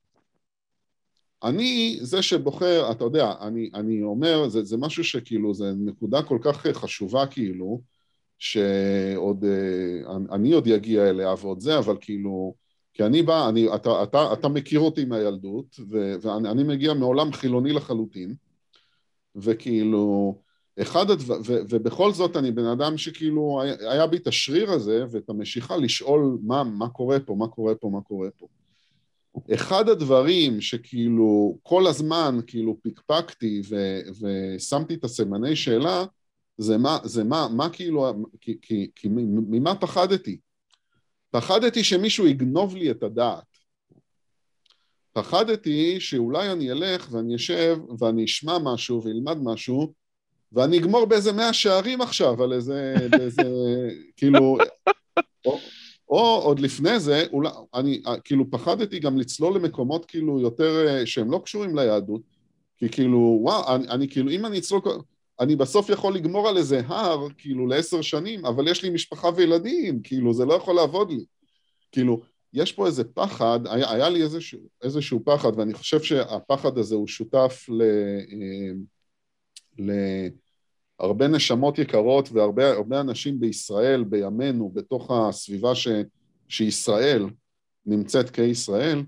אני, זה שבוחר, אתה יודע, אני אומר, זה משהו שכאילו, זה נקודה כל כך חשובה כאילו, שעוד, אני עוד יגיע אליה ועוד זה, אבל כאילו, כי אני בא, אתה מכיר אותי מהילדות, ואני מגיע מעולם חילוני לחלוטין, וכאילו, ובכל זאת אני בן אדם שכאילו, היה בי את השריר הזה, ואת המשיכה לשאול מה קורה פה, מה קורה פה, מה קורה פה. אחד הדברים שכאילו כל הזמן כאילו פיקפקתי ושמתי את הסימני שאלה, זה מה כאילו, כי ממה פחדתי? פחדתי שמישהו יגנוב לי את הדעת. פחדתי שאולי אני אלך ואני אשב ואני אשמע משהו וילמד משהו, ואני אגמור באיזה 100 שערים עכשיו, על באיזה כאילו, או עוד לפני זה, אני כאילו פחדתי גם לצלול למקומות כאילו יותר שהם לא קשורים ליהדות, כי כאילו, וואו, אני כאילו, אם אני אצלול, אני בסוף יכול לגמור על איזה הר, כאילו ל10 שנים, אבל יש לי משפחה וילדים, כאילו, זה לא יכול לעבוד לי. כאילו, יש פה איזה פחד, היה לי איזשהו פחד, ואני חושב שהפחד הזה הוא שותף להרבה נשמות יקרות, והרבה אנשים בישראל, בימינו, בתוך הסביבה שישראל נמצאת כישראל,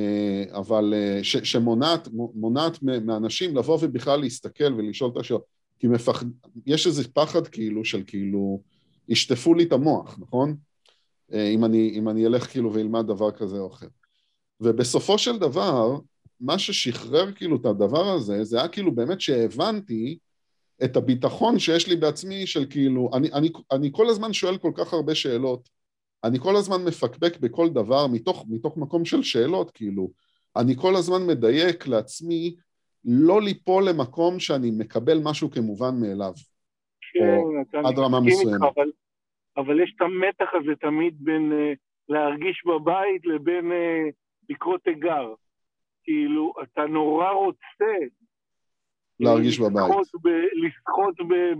אבל שמונעת מאנשים לבוא ובכלל להסתכל ולשאול את השאלות. יש איזה פחד כאילו של כאילו, ישטפו לי את המוח, נכון? אם אני אלך כאילו וילמד דבר כזה או אחר. ובסופו של דבר, מה ששחרר כאילו את הדבר הזה, זה היה כאילו באמת שהבנתי את הביטחון שיש לי בעצמי של כאילו, אני כל הזמן שואל כל כך הרבה שאלות, אני כל הזמן מפקפק בכל דבר מתוך מקום של שאלות, כאילו, אני כל הזמן מדייק לעצמי לא ליפול למקום שאני מקבל משהו כמובן מאליו. כן, עד רמה מסוימת. אבל יש את המתח הזה תמיד בין להרגיש בבית לבין לקרוא תיגר. כאילו, אתה נורא רוצה להרגיש בבית. לשחות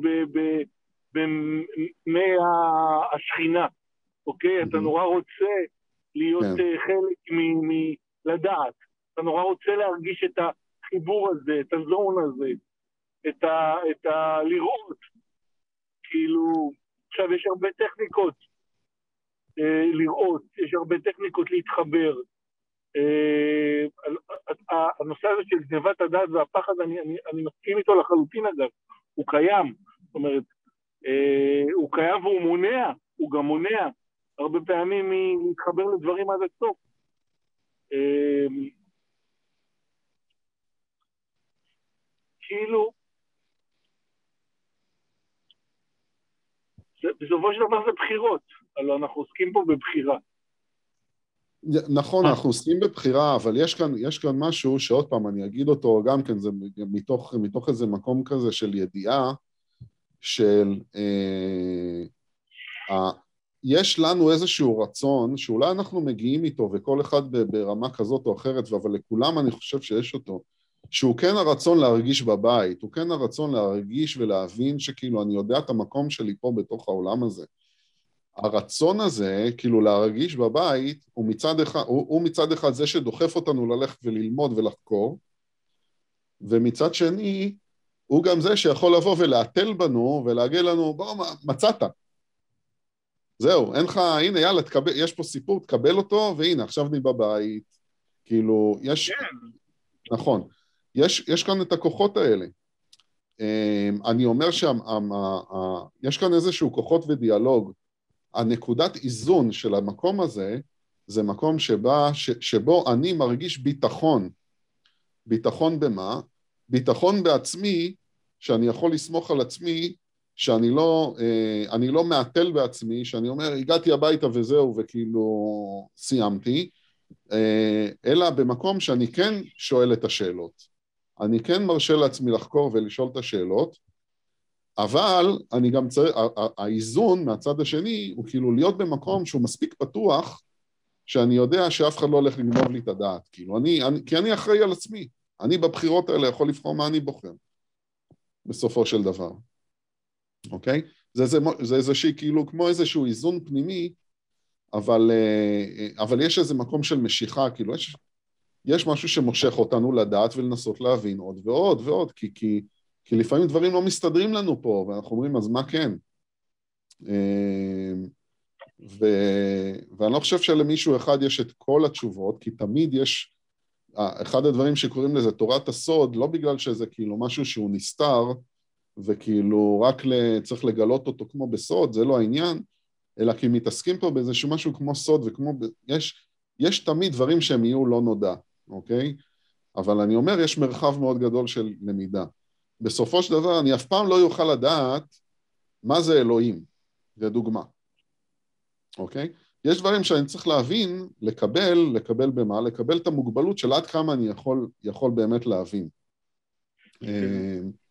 במי השכינה, אוקיי? אתה נורא רוצה להיות חלק לדעת. אתה נורא רוצה להרגיש את החיבור הזה, את הזון הזה, את לראות. כאילו, עכשיו יש הרבה טכניקות לראות, יש הרבה טכניקות להתחבר. הנושא הזה של גנבת הדעת והפחד, אני מסכים איתו לחלוטין אגב, הוא קיים, זאת אומרת, הוא קיים והוא מונע, הוא גם מונע, הרבה פעמים להתחבר לדברים עד הסוף. כאילו, בסופו של דבר זה בחירות, הלוא אנחנו עוסקים פה בבחירה. נכון, אנחנו עוסקים בבחירה, אבל יש כאן משהו שעוד פעם אני אגיד אותו, גם כן זה מתוך איזה מקום כזה של ידיעה, של יש לנו איזשהו רצון, שאולי אנחנו מגיעים איתו, וכל אחד ברמה כזאת או אחרת, אבל לכולם אני חושב שיש אותו, שהוא כן הרצון להרגיש בבית, הוא כן הרצון להרגיש ולהבין שכאילו אני יודע את המקום שלי פה בתוך העולם הזה. הרצון הזה, כאילו להרגיש בבית, הוא מצד אחד זה שדוחף אותנו ללכת וללמוד ולחקור, ומצד שני, הוא גם זה שיכול לבוא ולהטל בנו ולהגיד לנו, בוא, מצאת. זהו, אין לך, הנה, יאללה, יש פה סיפור, תקבל אותו, והנה, עכשיו אני בבית. כאילו, יש, נכון, יש כאן את הכוחות האלה. אני אומר יש כאן איזשהו כוחות ודיאלוג. הנקודת איזון של המקום הזה, זה מקום שבו אני מרגיש ביטחון. ביטחון במה? ביטחון בעצמי, שאני יכול לסמוך על עצמי, שאני לא מעטל בעצמי, שאני אומר, הגעתי הביתה וזהו, וכאילו סיימתי, אלא במקום שאני כן שואל את השאלות. אני כן מרשה לעצמי לחקור ולשאול את השאלות, אבל אני גם צריך, האיזון מהצד השני, הוא כאילו להיות במקום שהוא מספיק פתוח, שאני יודע שאף אחד לא הולך לגנוב לי את הדעת, כאילו, כי אני אחראי על עצמי, אני בבחירות האלה יכול לבחור מה אני בוחר, בסופו של דבר, אוקיי? זה איזושהי, כאילו, כמו איזשהו איזון פנימי, אבל יש איזה מקום של משיכה, כאילו, יש משהו שמושך אותנו לדעת ולנסות להבין עוד ועוד ועוד, כי לפעמים דברים לא מסתדרים לנו פה, ואנחנו אומרים, אז מה כן? ואני לא חושב שלמישהו אחד יש את כל התשובות, כי תמיד יש, אחד הדברים שקוראים לזה תורת הסוד, לא בגלל שזה כאילו משהו שהוא נסתר, וכאילו רק צריך לגלות אותו כמו בסוד, זה לא העניין, אלא כי מתעסקים פה באיזשהו משהו כמו סוד, וכמו, יש תמיד דברים שהם יהיו לא נודע, אוקיי? אבל אני אומר, יש מרחב מאוד גדול של למידה. בסופו של דבר, אני אף פעם לא יוכל לדעת מה זה אלוהים, זה דוגמה, אוקיי? יש דברים שאני צריך להבין, לקבל במה, לקבל את המוגבלות של עד כמה אני יכול באמת להבין.